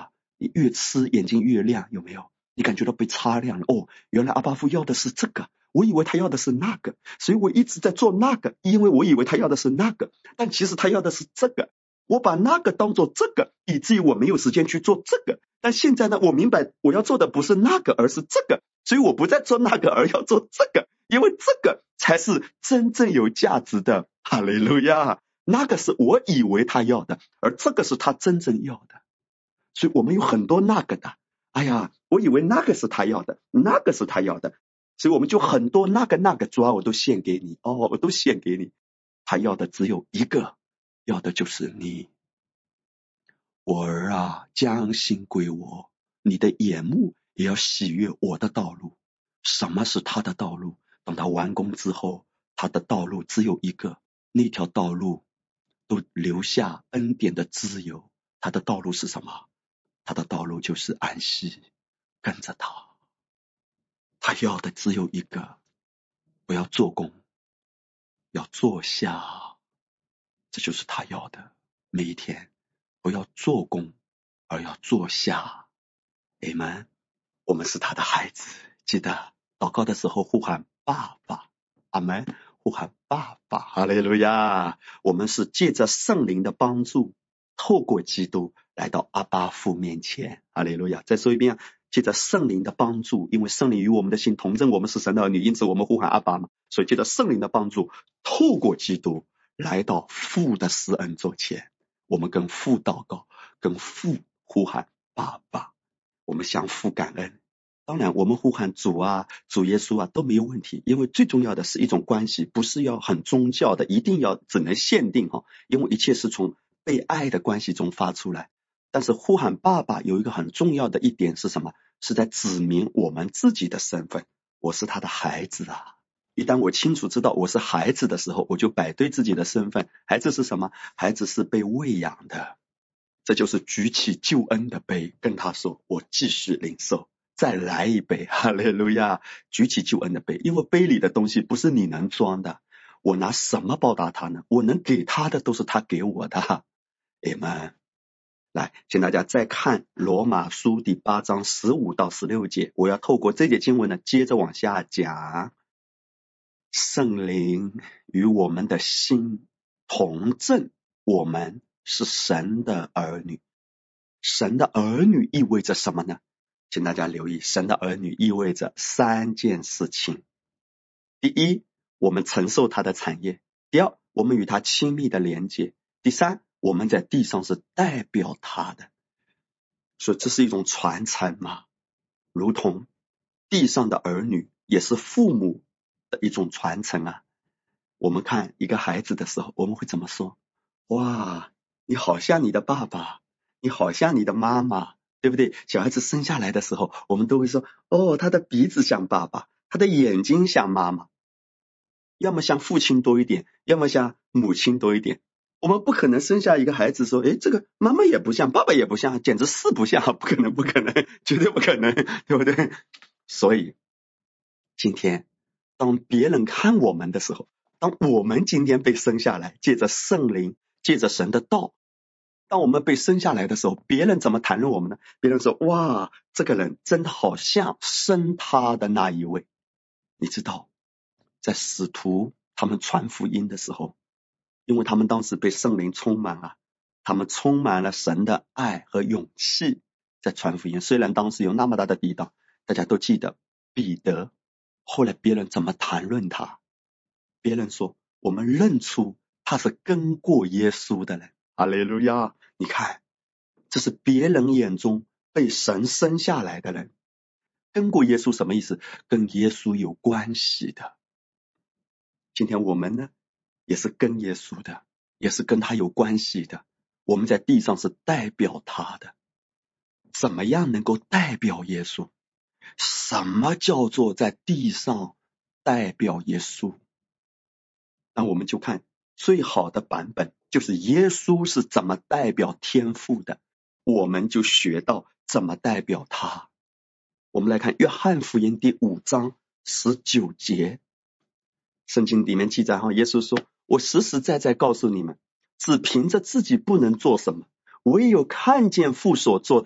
你越吃眼睛越亮，有没有？你感觉到被擦亮了。哦，原来阿爸父要的是这个，我以为他要的是那个，所以我一直在做那个，因为我以为他要的是那个，但其实他要的是这个。我把那个当做这个，以至于我没有时间去做这个。但现在呢，我明白我要做的不是那个，而是这个，所以我不再做那个，而要做这个，因为这个才是真正有价值的。哈利路亚！那个是我以为他要的，而这个是他真正要的。所以我们有很多那个的，哎呀，我以为那个是他要的，那个是他要的，所以我们就很多那个那个，主啊，我都献给你，哦，我都献给你。他要的只有一个，要的就是你。我儿啊，将心归我，你的眼目也要喜悦我的道路。什么是他的道路？等他完工之后，他的道路只有一个，那条道路都留下恩典的自由。他的道路是什么？他的道路就是安息，跟着他。他要的只有一个，不要做工，要坐下，这就是他要的。每一天不要做工，而要坐下。Amen。我们是他的孩子，记得祷告的时候呼喊爸爸。阿们，呼喊爸爸。哈利路亚！我们是借着圣灵的帮助，透过基督来到阿爸父面前。哈利路亚！再说一遍，借着圣灵的帮助，因为圣灵与我们的心同证，我们是神的儿女，因此我们呼喊阿爸嘛。所以借着圣灵的帮助，透过基督来到父的施恩座前，我们跟父祷告，跟父呼喊爸爸。我们向父感恩。当然我们呼喊主啊，主耶稣啊都没有问题，因为最重要的是一种关系，不是要很宗教的，一定要只能限定哈，因为一切是从被爱的关系中发出来。但是呼喊爸爸有一个很重要的一点是什么？是在指明我们自己的身份，我是他的孩子啊。一旦我清楚知道我是孩子的时候，我就摆对自己的身份。孩子是什么？孩子是被喂养的，这就是举起救恩的杯，跟他说我继续领受，再来一杯。哈利路亚！举起救恩的杯，因为杯里的东西不是你能装的，我拿什么报答他呢？我能给他的都是他给我的。Amen。来，请大家再看罗马书第八章十五到十六节，我要透过这节经文呢，接着往下讲。圣灵与我们的心同证，我们是神的儿女。神的儿女意味着什么呢？请大家留意，神的儿女意味着三件事情。第一，我们承受他的产业；第二，我们与他亲密的连接；第三，我们在地上是代表他的。所以这是一种传承嘛，如同地上的儿女也是父母的一种传承啊。我们看一个孩子的时候，我们会怎么说？哇，你好像你的爸爸，你好像你的妈妈，对不对？小孩子生下来的时候，我们都会说，哦，他的鼻子像爸爸，他的眼睛像妈妈，要么像父亲多一点，要么像母亲多一点。我们不可能生下一个孩子说，诶，这个妈妈也不像，爸爸也不像，简直是不像，不可能，不可能，绝对不可能，对不对？所以今天当别人看我们的时候，当我们今天被生下来，借着圣灵，借着神的道，当我们被生下来的时候，别人怎么谈论我们呢？别人说，哇，这个人真的好像生他的那一位。你知道，在使徒他们传福音的时候，因为他们当时被圣灵充满了，他们充满了神的爱和勇气在传福音。虽然当时有那么大的抵挡，大家都记得彼得，后来别人怎么谈论他？别人说，我们认出他是跟过耶稣的人。哈利路亚！你看，这是别人眼中被神生下来的人。跟过耶稣什么意思？跟耶稣有关系的。今天我们呢，也是跟耶稣的，也是跟他有关系的。我们在地上是代表他的。怎么样能够代表耶稣？什么叫做在地上代表耶稣？那我们就看最好的版本，就是耶稣是怎么代表天父的，我们就学到怎么代表他。我们来看约翰福音第五章十九节，圣经里面记载哈，耶稣说，我实实在在告诉你们，只凭着自己不能做什么，唯有看见父所做的，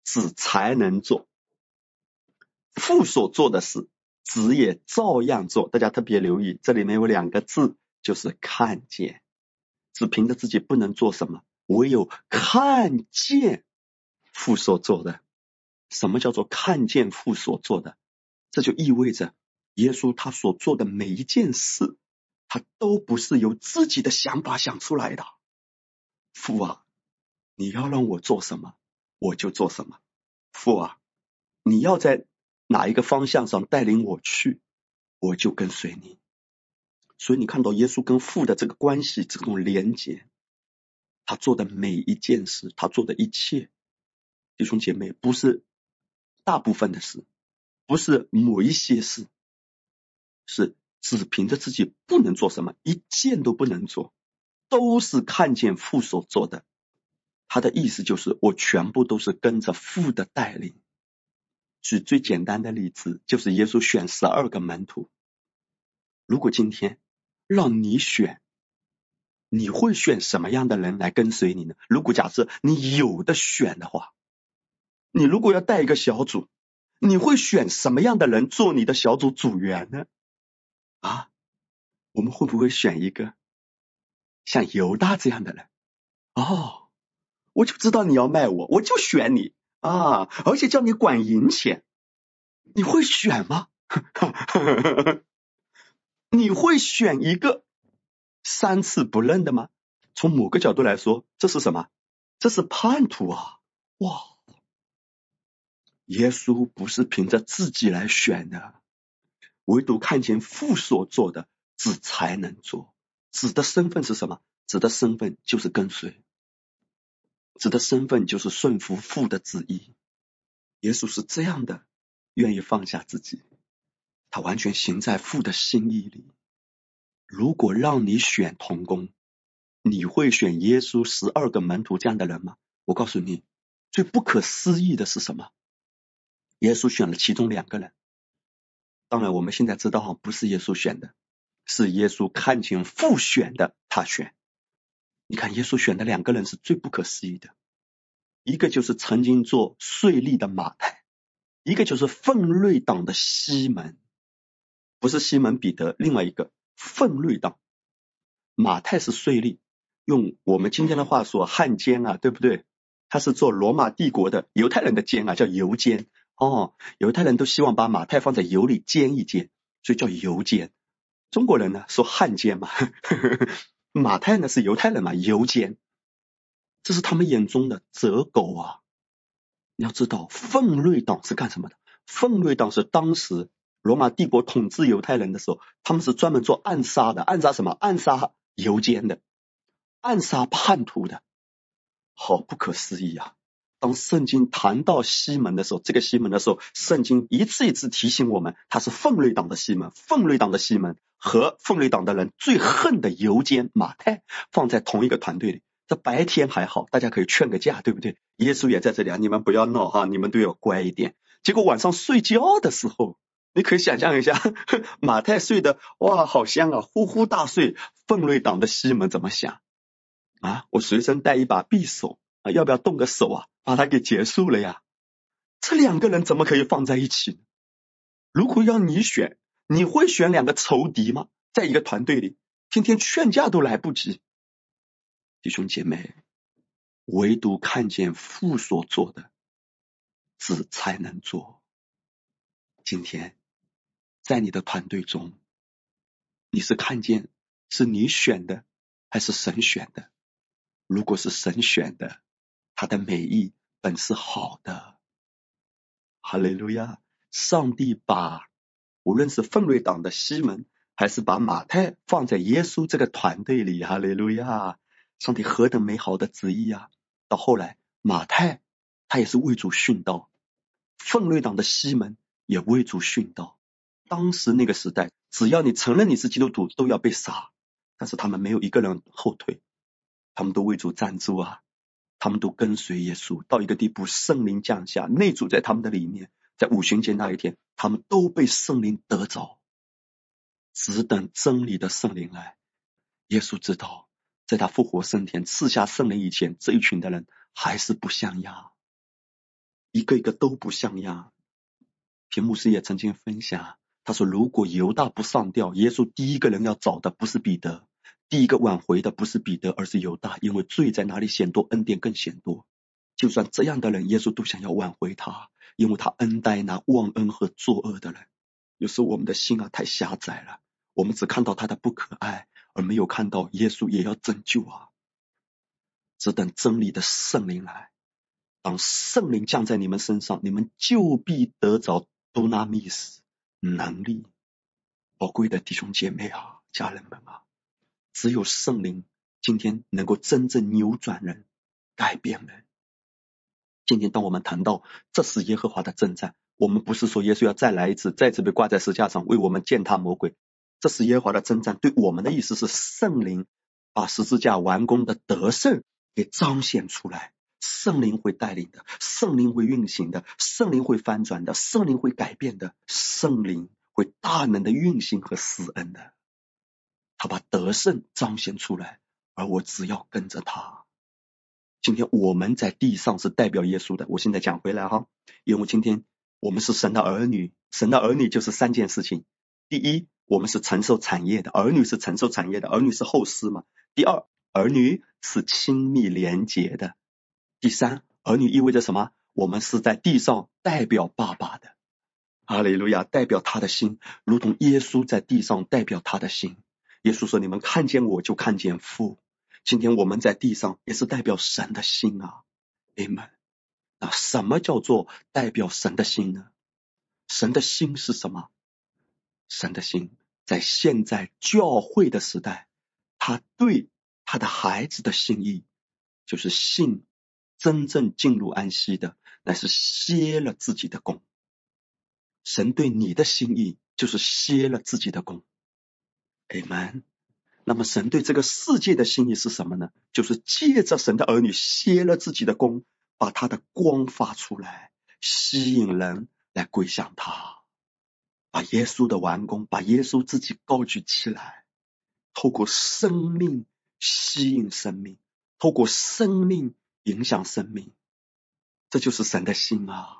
子才能做。父所做的事，子也照样做。大家特别留意，这里面有两个字，就是看见。子凭着自己不能做什么，唯有看见父所做的。什么叫做看见父所做的？这就意味着耶稣他所做的每一件事，他都不是由自己的想法想出来的。父啊，你要让我做什么，我就做什么。父啊，你要在哪一个方向上带领我去，我就跟随你。所以你看到耶稣跟父的这个关系，这种连结，他做的每一件事，他做的一切，弟兄姐妹，不是大部分的事，不是某一些事，是只凭着自己不能做什么，一件都不能做，都是看见父所做的。他的意思就是我全部都是跟着父的带领。举最简单的例子，就是耶稣选十二个门徒。如果今天让你选，你会选什么样的人来跟随你呢？如果假设你有的选的话，你如果要带一个小组，你会选什么样的人做你的小组组员呢？啊，我们会不会选一个像犹大这样的人？哦，我就知道你要卖我，我就选你啊，而且叫你管银钱，你会选吗？你会选一个三次不认的吗？从某个角度来说，这是什么？这是叛徒啊！哇，耶稣不是凭着自己来选的，唯独看见父所做的，子才能做。子的身份是什么？子的身份就是跟随，子的身份就是顺服父的旨意。耶稣是这样的，愿意放下自己，他完全行在父的心意里。如果让你选同工，你会选耶稣十二个门徒这样的人吗？我告诉你，最不可思议的是什么？耶稣选了其中两个人。当然我们现在知道不是耶稣选的，是耶稣看见父选的，他选。你看耶稣选的两个人是最不可思议的，一个就是曾经做税吏的马太，一个就是奋锐党的西门。不是西门彼得，另外一个奋锐党。马太是税吏，用我们今天的话说汉奸啊，对不对？他是做罗马帝国的犹太人的奸啊，叫油奸。哦，犹太人都希望把马太放在油里煎一煎，所以叫油奸。中国人呢说汉奸嘛，呵呵，马太呢是犹太人嘛，油奸。这是他们眼中的贼狗啊！你要知道，奋锐党是干什么的？奋锐党是当时罗马帝国统治犹太人的时候，他们是专门做暗杀的。暗杀什么？暗杀犹奸的，暗杀叛徒的。好不可思议啊！当圣经谈到西门的时候，这个西门的时候，圣经一次一次提醒我们，他是奋锐党的西门。奋锐党的西门和奋锐党的人最恨的犹奸马太放在同一个团队里。这白天还好，大家可以劝个架，对不对？耶稣也在这里啊，你们不要闹哈，你们都要乖一点。结果晚上睡觉的时候，你可以想象一下，马太睡的哇好香啊，呼呼大睡。奋锐党的西门怎么想啊？我随身带一把匕首啊，要不要动个手啊，把它给结束了呀？这两个人怎么可以放在一起？如果要你选，你会选两个仇敌吗？在一个团队里，天天劝架都来不及。弟兄姐妹，唯独看见父所做的，子才能做。今天在你的团队中，你是看见是你选的还是神选的？如果是神选的，他的美意本是好的。哈利路亚！上帝把无论是奋锐党的西门，还是把马太放在耶稣这个团队里，哈利路亚！上帝何等美好的旨意啊！到后来马太他也是为主殉道，奋锐党的西门也为主殉道。当时那个时代，只要你承认你是基督徒，都要被杀，但是他们没有一个人后退，他们都为主站住啊，他们都跟随耶稣到一个地步，圣灵降下，内住在他们的里面。在五旬节那一天，他们都被圣灵得着，只等真理的圣灵来。耶稣知道，在他复活升天赐下圣灵以前，这一群的人还是不像样。 一个一个都不像样。平牧师也曾经分享，他说如果犹大不上吊，耶稣第一个人要找的不是彼得，第一个挽回的不是彼得，而是犹大，因为罪在哪里显多，恩典更显多。就算这样的人，耶稣都想要挽回他，因为他恩待那忘恩和作恶的人。有时候我们的心啊太狭窄了，我们只看到他的不可爱，而没有看到耶稣也要拯救啊。只等真理的圣灵来，当圣灵降在你们身上，你们就必得着多纳密斯能力。宝贵的弟兄姐妹啊，家人们啊，只有圣灵今天能够真正扭转人，改变人。今天当我们谈到这是耶和华的征战，我们不是说耶稣要再来一次，再次被挂在十字架上为我们践踏魔鬼。这是耶和华的征战，对我们的意思是圣灵把十字架完工的得胜给彰显出来。圣灵会带领的，圣灵会运行的，圣灵会翻转的，圣灵会改变的，圣灵会大能的运行和施恩的。他把得胜彰显出来，而我只要跟着他。今天我们在地上是代表耶稣的，我现在讲回来哈，因为今天我们是神的儿女，神的儿女就是三件事情。第一，我们是承受产业的，儿女是承受产业的，儿女是后嗣嘛。第二，儿女是亲密连结的。第三，儿女意味着什么？我们是在地上代表爸爸的，哈利路亚，代表他的心，如同耶稣在地上代表他的心。耶稣说，你们看见我就看见父。今天我们在地上也是代表神的心啊 Amen。 那什么叫做代表神的心呢？神的心是什么？神的心在现在教会的时代，他对他的孩子的心意就是信真正进入安息的，乃是歇了自己的功。神对你的心意就是歇了自己的功 Amen。那么神对这个世界的心意是什么呢？就是借着神的儿女歇了自己的功，把他的光发出来，吸引人来归向他，把耶稣的完工，把耶稣自己高举起来，透过生命吸引生命，透过生命影响生命。这就是神的心啊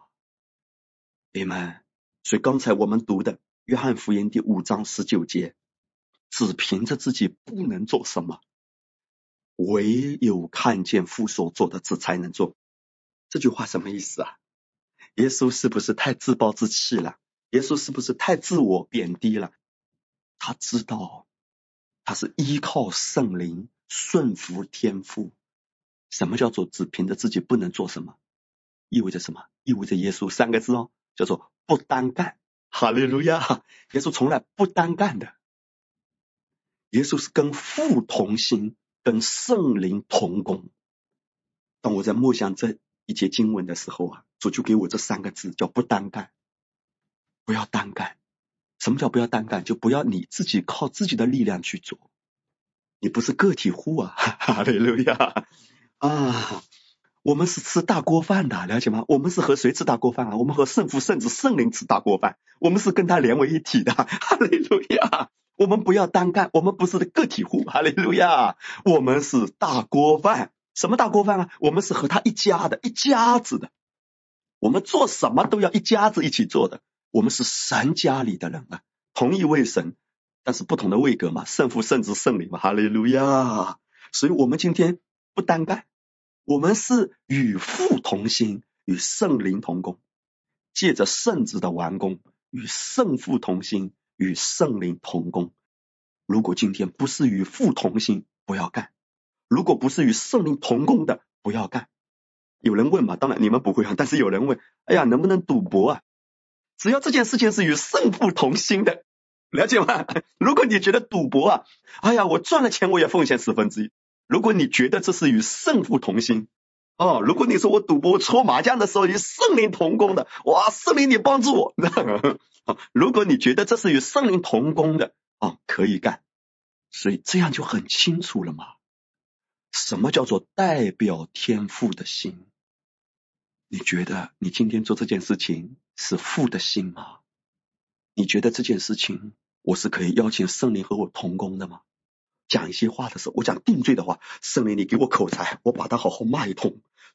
Amen。 所以刚才我们读的约翰福音第五章十九节，只凭着自己不能做什么，唯有看见父所做的事才能做。这句话什么意思啊？耶稣是不是太自暴自弃了？耶稣是不是太自我贬低了？他知道他是依靠圣灵顺服天父。什么叫做只凭着自己不能做什么？意味着什么？意味着耶稣三个字哦，叫做不单干。哈利路亚！耶稣从来不单干的，耶稣是跟父同心，跟圣灵同工。当我在默想这一节经文的时候啊，主就给我这三个字，叫不单干。不要单干。什么叫不要单干？就不要你自己靠自己的力量去做。你不是个体户啊，哈利路亚啊！我们是吃大锅饭的，了解吗？我们是和谁吃大锅饭啊？我们和圣父、圣子、圣灵吃大锅饭，我们是跟他连为一体的，哈利路亚！我们不要单干，我们不是个体户，哈利路亚！我们是大锅饭。什么大锅饭啊？我们是和他一家的，一家子的。我们做什么都要一家子一起做的。我们是神家里的人啊，同一位神，但是不同的位格嘛，圣父、圣子、圣灵嘛，哈利路亚！所以我们今天不单干，我们是与父同心，与圣灵同工，借着圣子的完工，与圣父同心，与圣灵同工。如果今天不是与父同心，不要干；如果不是与圣灵同工的，不要干。有人问嘛，当然你们不会啊，但是有人问，哎呀，能不能赌博啊？只要这件事情是与圣父同心的，了解吗？如果你觉得赌博啊，哎呀，我赚了钱我也奉献十分之一。如果你觉得这是与圣父同心，哦，如果你说我赌博搓麻将的时候与圣灵同工的，哇，圣灵你帮助我。如果你觉得这是与圣灵同工的，哦，可以干。所以这样就很清楚了嘛。什么叫做代表天父的心？你觉得你今天做这件事情是父的心吗？你觉得这件事情我是可以邀请圣灵和我同工的吗？讲一些话的时候，我讲定罪的话，圣灵你给我口才，我把它好好骂一通。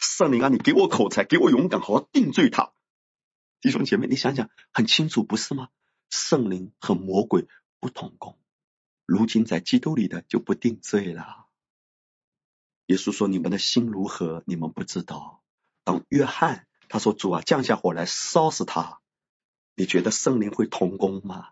圣灵啊，你给我口才，给我勇敢，好好定罪他。弟兄姐妹，你想想，很清楚不是吗？圣灵和魔鬼不同工，如今在基督里的就不定罪了。耶稣说你们的心如何，你们不知道。当约翰他说主啊，降下火来烧死他，你觉得圣灵会同工吗？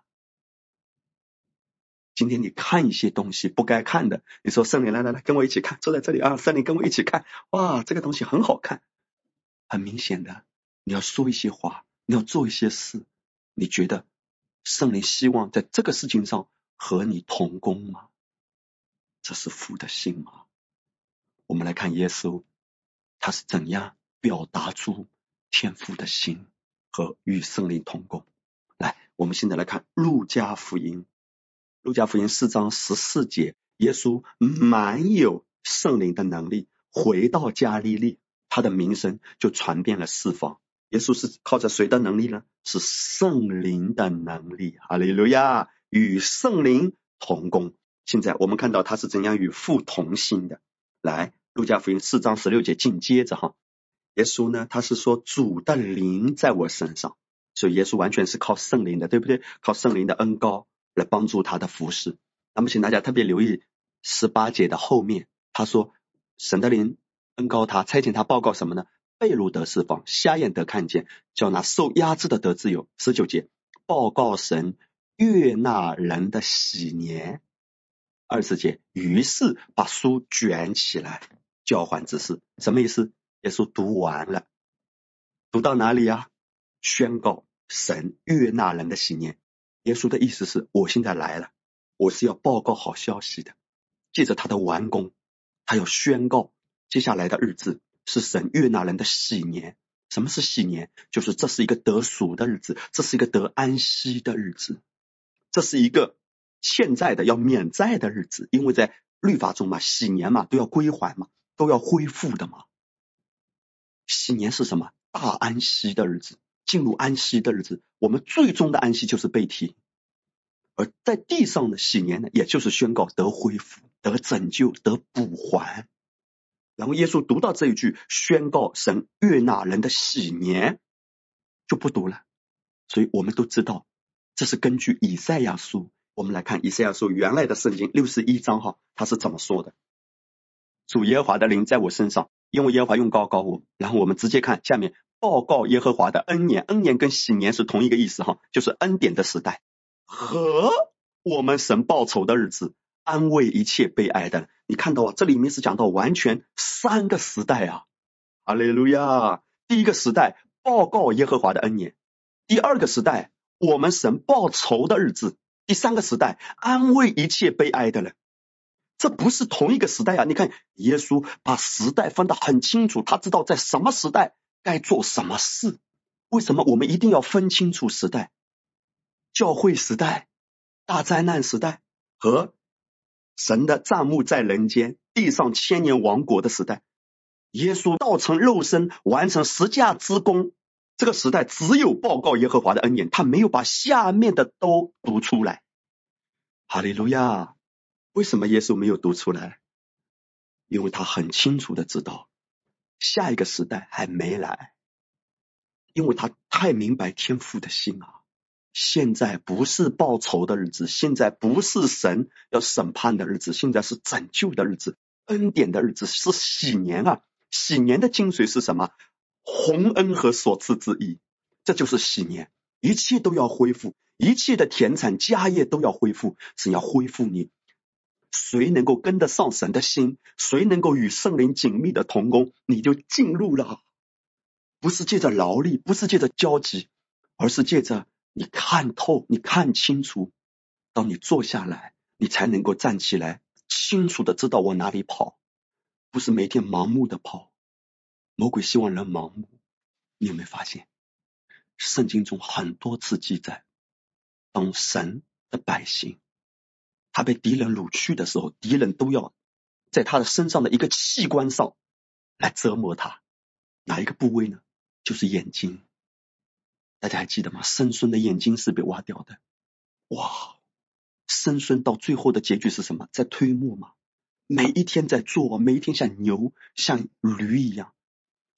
今天你看一些东西不该看的，你说圣灵来来来跟我一起看，坐在这里啊，圣灵跟我一起看，哇，这个东西很好看。很明显的，你要说一些话，你要做一些事，你觉得圣灵希望在这个事情上和你同工吗？这是父的心吗？我们来看耶稣，他是怎样表达出天父的心和与圣灵同工。来，我们现在来看路加福音，路加福音四章十四节，耶稣满有圣灵的能力，回到加利利，他的名声就传遍了四方。耶稣是靠着谁的能力呢？是圣灵的能力。哈利路亚，与圣灵同工。现在我们看到他是怎样与父同心的。来，路加福音四章十六节紧接着哈，耶稣呢，他是说主的灵在我身上，所以耶稣完全是靠圣灵的，对不对？靠圣灵的恩膏来帮助他的服事。那么请大家特别留意十八节的后面，他说神的灵恩膏他，差遣他报告什么呢？被掳得释放，瞎眼得看见，叫那受压制的得自由。十九节报告神悦纳人的喜年。二十节于是把书卷起来，交还之事。什么意思？耶稣读完了，读到哪里啊？宣告神悦纳人的喜年。耶稣的意思是我现在来了，我是要报告好消息的。借着他的完工，他要宣告接下来的日子是神悦纳人的喜年。什么是喜年？就是这是一个得赎的日子，这是一个得安息的日子，这是一个欠债的要免债的日子。因为在律法中嘛，喜年嘛都要归还嘛，都要恢复的嘛。喜年是什么？大安息的日子，进入安息的日子。我们最终的安息就是被提，而在地上的喜年呢，也就是宣告得恢复、得拯救、得补还。然后耶稣读到这一句，宣告神悦纳人的喜年，就不读了。所以我们都知道，这是根据以赛亚书。我们来看以赛亚书原来的圣经六十一章哈，他是怎么说的？主耶和华的灵在我身上，因为耶和华用膏膏我。然后我们直接看下面，报告耶和华的恩年。恩年跟喜年是同一个意思哈，就是恩典的时代和我们神报仇的日子，安慰一切悲哀的。你看到啊，这里面是讲到完全三个时代啊。哈利路亚！第一个时代报告耶和华的恩年，第二个时代我们神报仇的日子，第三个时代安慰一切悲哀的人。这不是同一个时代啊！你看耶稣把时代分得很清楚，他知道在什么时代该做什么事。为什么我们一定要分清楚时代？教会时代、大灾难时代和神的帐幕在人间、地上千年王国的时代。耶稣道成肉身，完成十架之功，这个时代只有报告耶和华的恩典，他没有把下面的都读出来。哈利路亚！为什么耶稣没有读出来？因为他很清楚的知道下一个时代还没来，因为他太明白天父的心啊。现在不是报仇的日子，现在不是神要审判的日子，现在是拯救的日子，恩典的日子，是喜年啊。喜年的精髓是什么？洪恩和所赐之意，这就是喜年。一切都要恢复，一切的田产家业都要恢复，是要恢复你。谁能够跟得上神的心，谁能够与圣灵紧密的同工，你就进入了。不是借着劳力，不是借着交集，而是借着你看透，你看清楚。当你坐下来，你才能够站起来，清楚的知道往哪里跑，不是每天盲目的跑。魔鬼希望人盲目。你有没有发现圣经中很多次记载，当神的百姓他被敌人掳去的时候，敌人都要在他的身上的一个器官上来折磨他。哪一个部位呢？就是眼睛。大家还记得吗？参孙的眼睛是被挖掉的。哇，参孙到最后的结局是什么？在推磨嘛，每一天在做，每一天像牛像驴一样。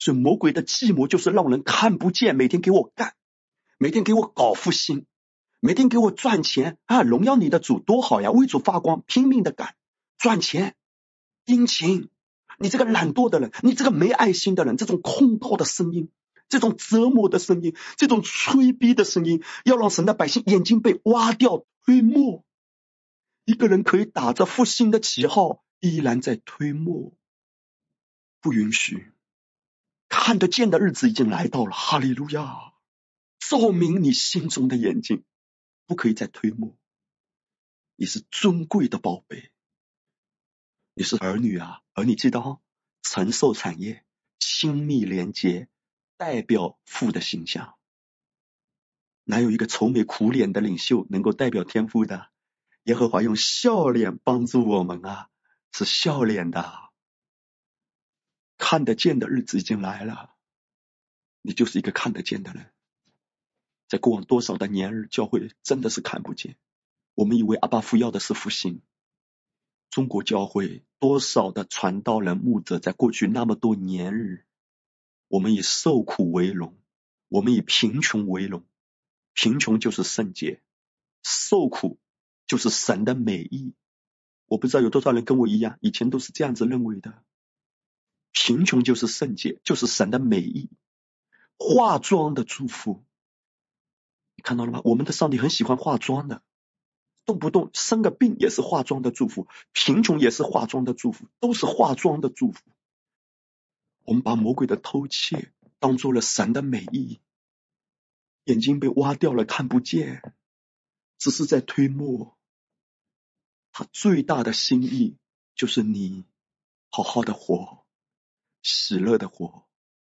所以魔鬼的计谋就是让人看不见，每天给我干，每天给我搞复兴，每天给我赚钱啊！荣耀你的主多好呀，为主发光，拼命的干，赚钱，殷勤。你这个懒惰的人，你这个没爱心的人，这种控告的声音，这种折磨的声音，这种催逼的声音，要让神的百姓眼睛被挖掉推磨。一个人可以打着复兴的旗号，依然在推磨，不允许。看得见的日子已经来到了，哈利路亚！照明你心中的眼睛，不可以再推磨。你是尊贵的宝贝，你是儿女啊，儿女记得哦，承受产业，亲密连接，代表父的形象。哪有一个愁眉苦脸的领袖能够代表天父的？耶和华用笑脸帮助我们啊，是笑脸的。看得见的日子已经来了，你就是一个看得见的人。在过往多少的年日，教会真的是看不见。我们以为阿爸父要的是复兴。中国教会多少的传道人牧者，在过去那么多年日，我们以受苦为荣，我们以贫穷为荣。贫穷就是圣洁，受苦就是神的美意。我不知道有多少人跟我一样，以前都是这样子认为的。贫穷就是圣洁，就是神的美意，化妆的祝福。你看到了吗？我们的上帝很喜欢化妆的，动不动生个病也是化妆的祝福，贫穷也是化妆的祝福，都是化妆的祝福。我们把魔鬼的偷窃当做了神的美意，眼睛被挖掉了，看不见，只是在推磨。他最大的心意就是你好好的活，喜乐的活，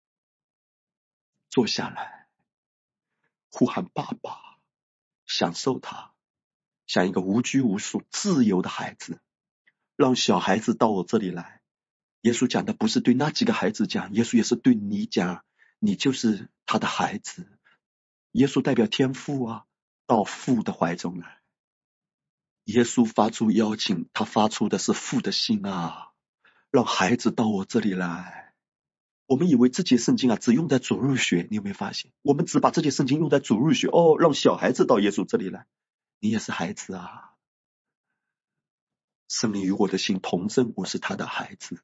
坐下来呼喊爸爸，享受他，像一个无拘无束自由的孩子。让小孩子到我这里来。耶稣讲的不是对那几个孩子讲，耶稣也是对你讲，你就是他的孩子。耶稣代表天父啊，到父的怀中来。耶稣发出邀请，他发出的是父的心啊，让孩子到我这里来。我们以为这节圣经啊只用在主日学，你有没有发现？我们只把这节圣经用在主日学，哦，让小孩子到耶稣这里来。你也是孩子啊，圣灵与我的心同证，我是他的孩子。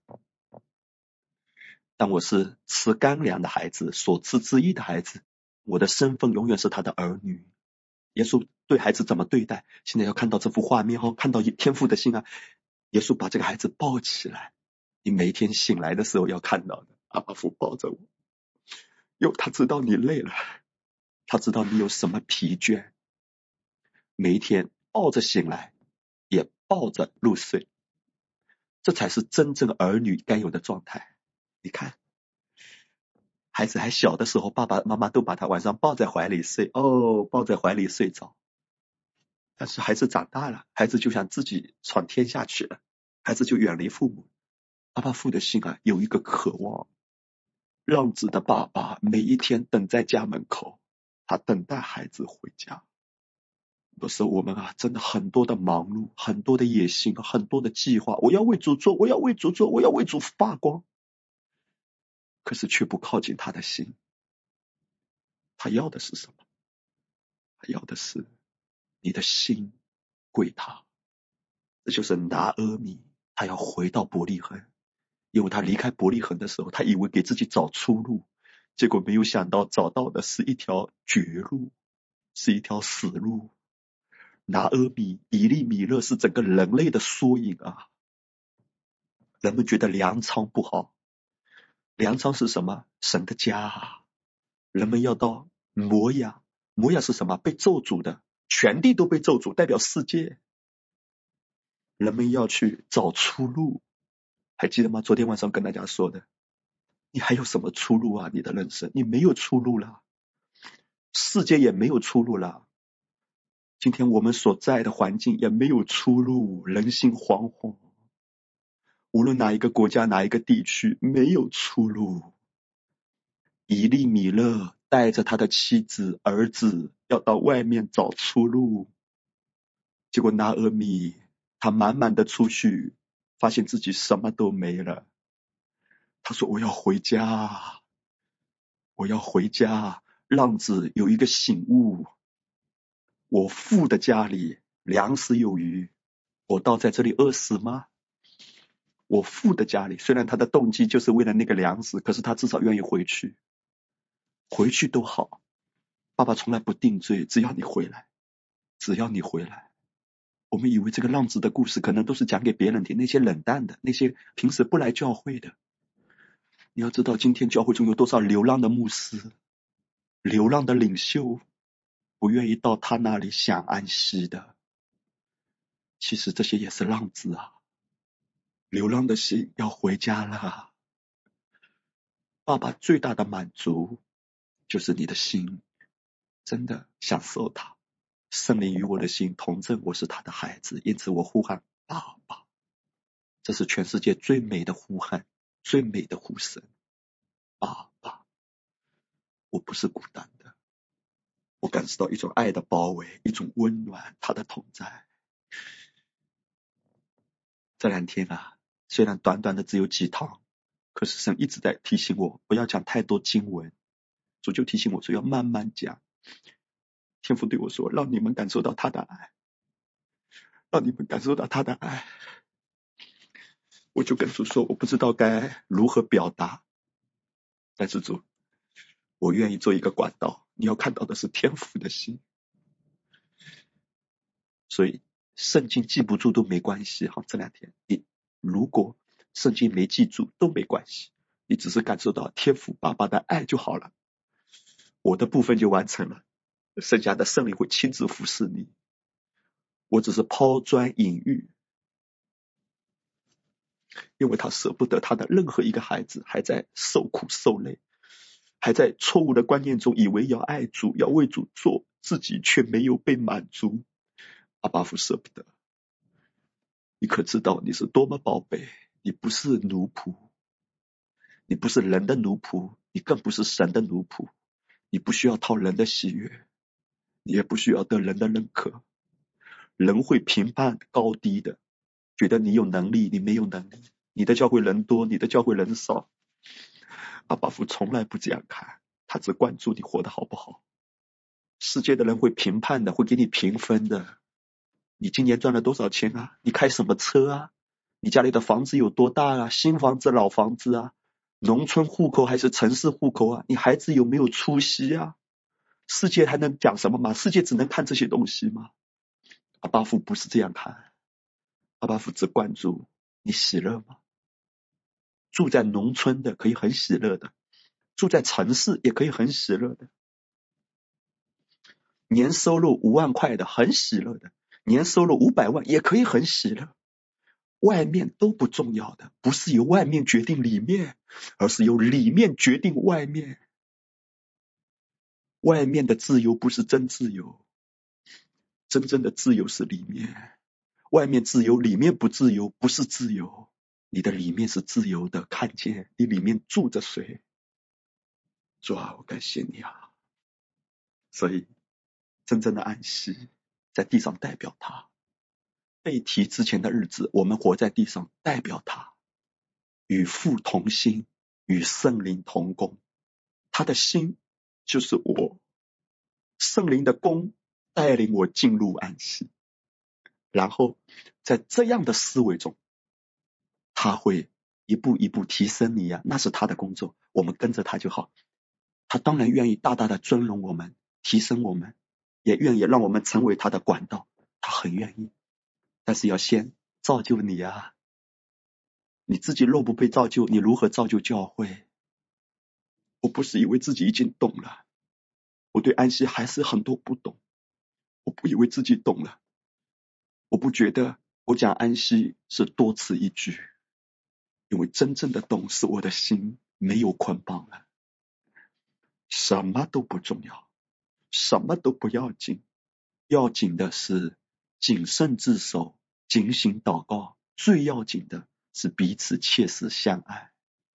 但我是吃干粮的孩子，所赐之义的孩子，我的身份永远是他的儿女。耶稣对孩子怎么对待？现在要看到这幅画面哦，看到天父的心啊。耶稣把这个孩子抱起来，你每一天醒来的时候要看到的，阿爸父抱着我，哟，他知道你累了，他知道你有什么疲倦，每一天抱着醒来，也抱着入睡，这才是真正儿女该有的状态。你看，孩子还小的时候，爸爸妈妈都把他晚上抱在怀里睡，哦，抱在怀里睡着。但是孩子长大了，孩子就想自己闯天下去了，孩子就远离父母。阿爸父的心啊，有一个渴望，让子的爸爸每一天等在家门口，他等待孩子回家。有时候我们啊，真的很多的忙碌，很多的野心，很多的计划，我要为主做，我要为主做，我要为主发光，可是却不靠近他的心。他要的是什么？他要的是你的心归他。这就是拿阿米，他要回到伯利恒，因为他离开伯利恒的时候，他以为给自己找出路，结果没有想到找到的是一条绝路，是一条死路。拿阿米、以利米勒是整个人类的缩影啊！人们觉得粮仓不好，粮仓是什么？神的家啊！人们要到摩亚，摩亚是什么？被咒诅的，全地都被咒诅，代表世界。人们要去找出路，还记得吗？昨天晚上跟大家说的，你还有什么出路啊？你的人生，你没有出路了，世界也没有出路了。今天我们所在的环境也没有出路，人心惶惶。无论哪一个国家，哪一个地区，没有出路。以利米勒带着他的妻子、儿子要到外面找出路，结果拿阿米他满满的出去，发现自己什么都没了。他说：“我要回家。” 我要回家。浪子有一个醒悟，我父的家里粮食有余，我倒在这里饿死吗？我父的家里，虽然他的动机就是为了那个粮食，可是他至少愿意回去，回去都好。爸爸从来不定罪，只要你回来，只要你回来。我们以为这个浪子的故事可能都是讲给别人听，那些冷淡的，那些平时不来教会的。你要知道，今天教会中有多少流浪的牧师，流浪的领袖，不愿意到他那里享安息的。其实这些也是浪子啊，流浪的心要回家了。爸爸最大的满足就是你的心真的享受他。圣灵与我的心同证，我是他的孩子，因此我呼喊爸爸。这是全世界最美的呼喊，最美的呼声。爸爸，我不是孤单的，我感受到一种爱的包围，一种温暖，他的同在。这两天啊，虽然短短的只有几堂，可是神一直在提醒我不要讲太多经文，主就提醒我说要慢慢讲。天父对我说，让你们感受到他的爱，让你们感受到他的爱。我就跟主说，我不知道该如何表达，但是主，我愿意做一个管道，你要看到的是天父的心。所以圣经记不住都没关系哈，这两天你如果圣经没记住都没关系，你只是感受到天父爸爸的爱就好了，我的部分就完成了，剩下的圣灵会亲自服侍你。我只是抛砖引玉，因为他舍不得他的任何一个孩子还在受苦受累，还在错误的观念中以为要爱主，要为主做，自己却没有被满足。阿爸父舍不得，你可知道你是多么宝贝？你不是奴仆，你不是人的奴仆，你更不是神的奴仆。你不需要讨人的喜悦，你也不需要得人的认可。人会评判高低的，觉得你有能力，你没有能力，你的教会人多，你的教会人少。阿爸父从来不这样看，他只关注你活得好不好。世界的人会评判的，会给你评分的。你今年赚了多少钱啊？你开什么车啊？你家里的房子有多大啊？新房子老房子啊？农村户口还是城市户口啊？你孩子有没有出息啊？世界还能讲什么吗？世界只能看这些东西吗？阿爸父不是这样看，阿爸父只关注你喜乐吗？住在农村的可以很喜乐的，住在城市也可以很喜乐的，年收入五万块的很喜乐的，年收入五百万也可以很喜乐。外面都不重要的，不是由外面决定里面，而是由里面决定外面。外面的自由不是真自由，真正的自由是里面。外面自由，里面不自由，不是自由。你的里面是自由的，看见你里面住着谁。主啊，我感谢你啊！所以真正的安息在地上代表他。被提之前的日子，我们活在地上代表他，与父同心，与圣灵同工。他的心就是我，圣灵的工带领我进入安息。然后在这样的思维中，他会一步一步提升你呀、啊，那是他的工作，我们跟着他就好。他当然愿意大大的尊荣我们，提升我们，也愿意让我们成为他的管道，他很愿意。但是要先造就你啊！你自己若不被造就，你如何造就教会？我不是以为自己已经懂了，我对安息还是很多不懂。我不以为自己懂了，我不觉得我讲安息是多此一举，因为真正的懂是我的心没有捆绑了，什么都不重要，什么都不要紧，要紧的是谨慎自守，警醒祷告，最要紧的是彼此切实相爱。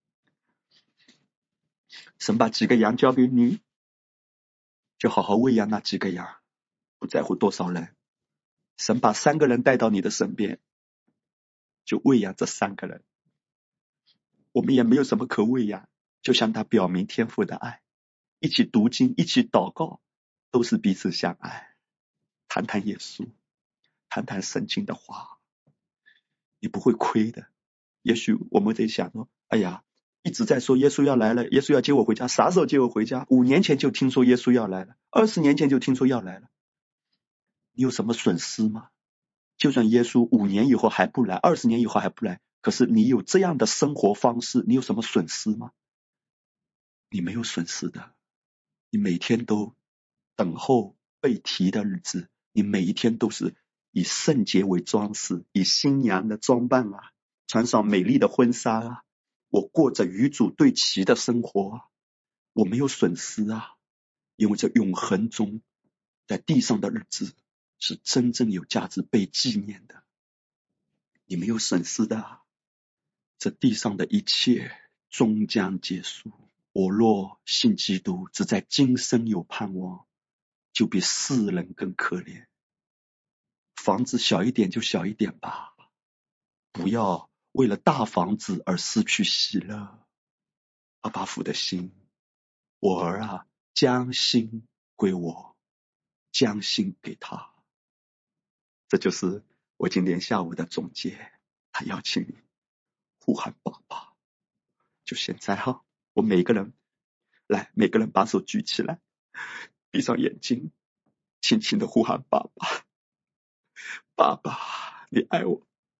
神把几个羊交给你，就好好喂养那几个羊，不在乎多少人。神把三个人带到你的身边，就喂养这三个人。我们也没有什么可喂养，就向他表明天父的爱。 一起读经，一起祷告，都是彼此相爱。谈谈耶稣，谈谈圣经的话，你不会亏的。也许我们得想说，哎呀，一直在说耶稣要来了，耶稣要接我回家，啥时候接我回家？五年前就听说耶稣要来了，二十年前就听说要来了，你有什么损失吗？就算耶稣五年以后还不来，二十年以后还不来，可是你有这样的生活方式，你有什么损失吗？你没有损失的。你每天都等候被提的日子，你每一天都是以圣洁为装饰，以新娘的装扮啊，穿上美丽的婚纱啊，我过着与主对齐的生活啊，我没有损失啊，因为这永恒中在地上的日子是真正有价值被纪念的，你没有损失的啊，这地上的一切终将结束。我若信基督，只在今生有盼望，就比世人更可怜。房子小一点就小一点吧，不要为了大房子而失去喜乐。阿爸父的心，我儿啊，将心归我，将心给他。这就是我今天下午的总结。他邀请你呼喊爸爸，就现在哈，我每个人来，每个人把手举起来，闭上眼睛，轻轻的呼喊爸爸。爸爸，你爱我，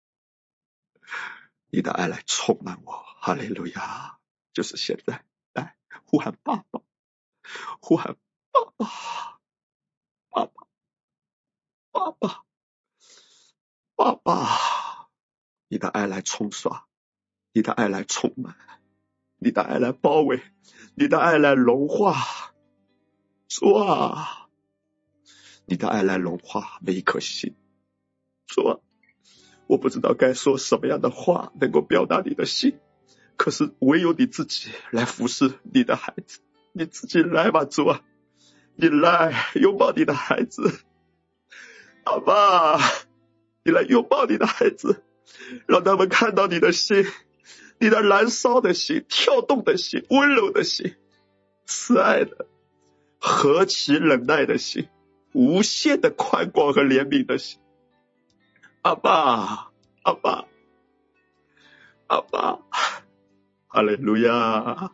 你的爱来充满我，哈利路亚！就是现在，来呼喊爸爸，呼喊爸爸，爸爸，爸爸，爸爸，你的爱来冲刷，你的爱来充满，你的爱来包围，你的爱来融化，主啊，你的爱来融化每一颗心，主啊，我不知道该说什么样的话能够表达你的心，可是唯有你自己来服侍你的孩子，你自己来吧，主啊，你来拥抱你的孩子，阿爸，你来拥抱你的孩子，让他们看到你的心，你的燃烧的心，跳动的心，温柔的心，慈爱的，何其忍耐的心，无限的宽广和怜悯的心。阿爸，阿爸，阿爸，哈利路亚！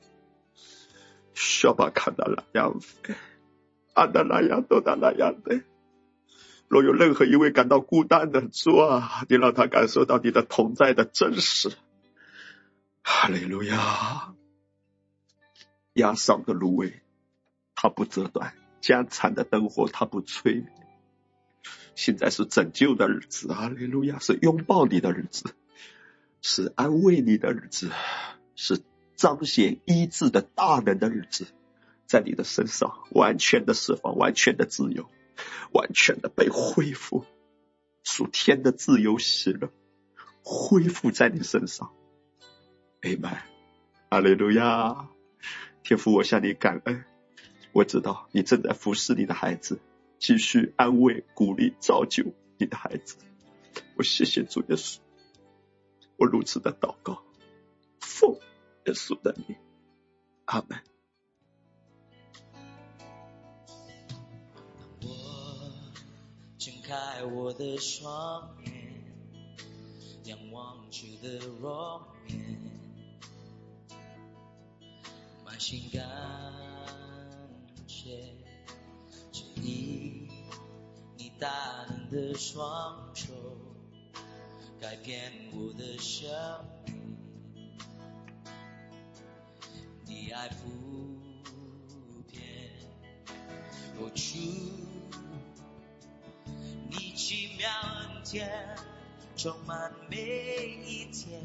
小巴看到了样子，阿达拉亚多达拉亚的。若有任何一位感到孤单的，主啊，你让他感受到你的同在的真实。哈利路亚！压伤的芦苇，它不折断；将残的灯火，它不吹灭。现在是拯救的日子，哈利路亚！是拥抱你的日子，是安慰你的日子，是彰显医治的大能的日子，在你的身上完全的释放，完全的自由，完全的被恢复，属天的自由喜乐恢复在你身上。Amen， 哈利路亚！天父，我向你感恩，我知道你正在服侍你的孩子，继续安慰、鼓励、造就你的孩子。我谢谢主耶稣，我如此的祷告，奉耶稣的名，阿们。 我睁开我的双眼，仰望主的容颜，满心感谢，只因你大能的双手改变我的生命，你爱普遍我主，你奇妙恩典充满每一天，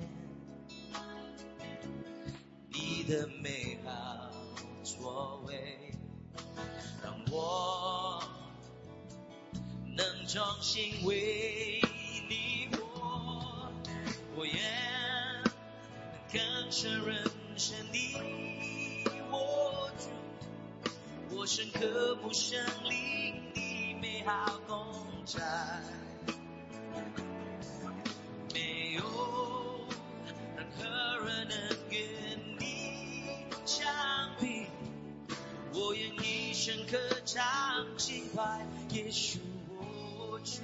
你的美好作为让我能重新为你活，我也能更深认识你我主，我深刻不生灵的美好同在，没有任何人能跟你相比， 歌唱敬拜耶稣我主。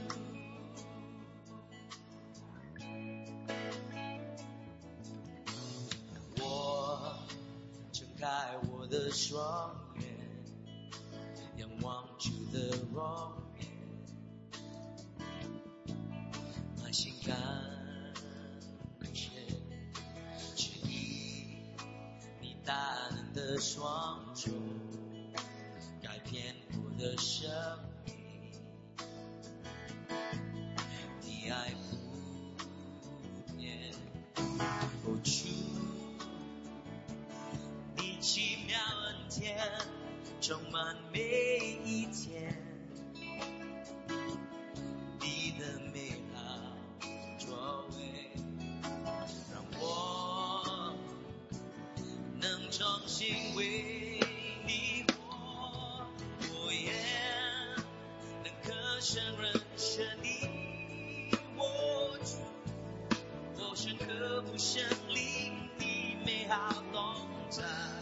我睁开我的双眼，仰望主的容颜，满心感谢，只因你大能的双手改变我的生命，你爱不变，哦主，你奇妙恩典充满每一天，你的美好作为让我能重新为你活，我也能更深认识你我主，我深刻不胜领你美好同在，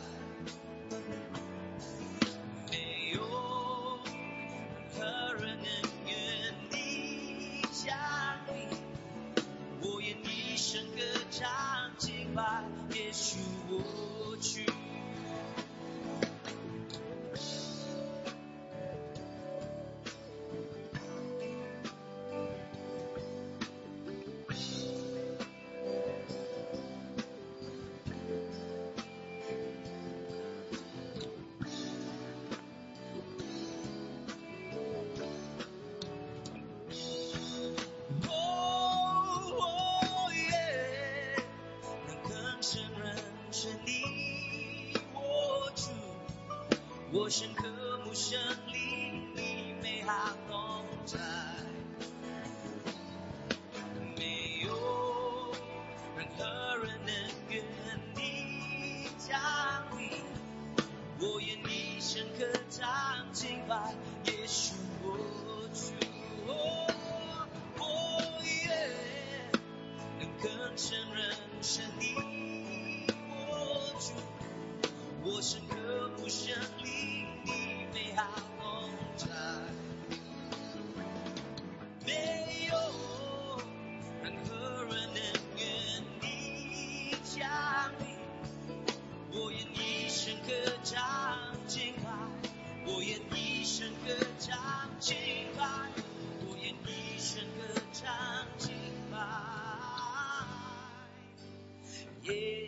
没有任何人能与你相比，我愿一生歌唱敬拜耶稣我主。我深刻不胜领你美好同在，没有任何人能跟你相比，我愿一生歌唱敬拜耶稣我主，我也能更深认识你我主，我深刻不胜领你美好同在，没有任何人能跟你相比，我愿一生歌唱敬拜，我愿一生歌唱敬拜，我愿一生歌唱敬拜耶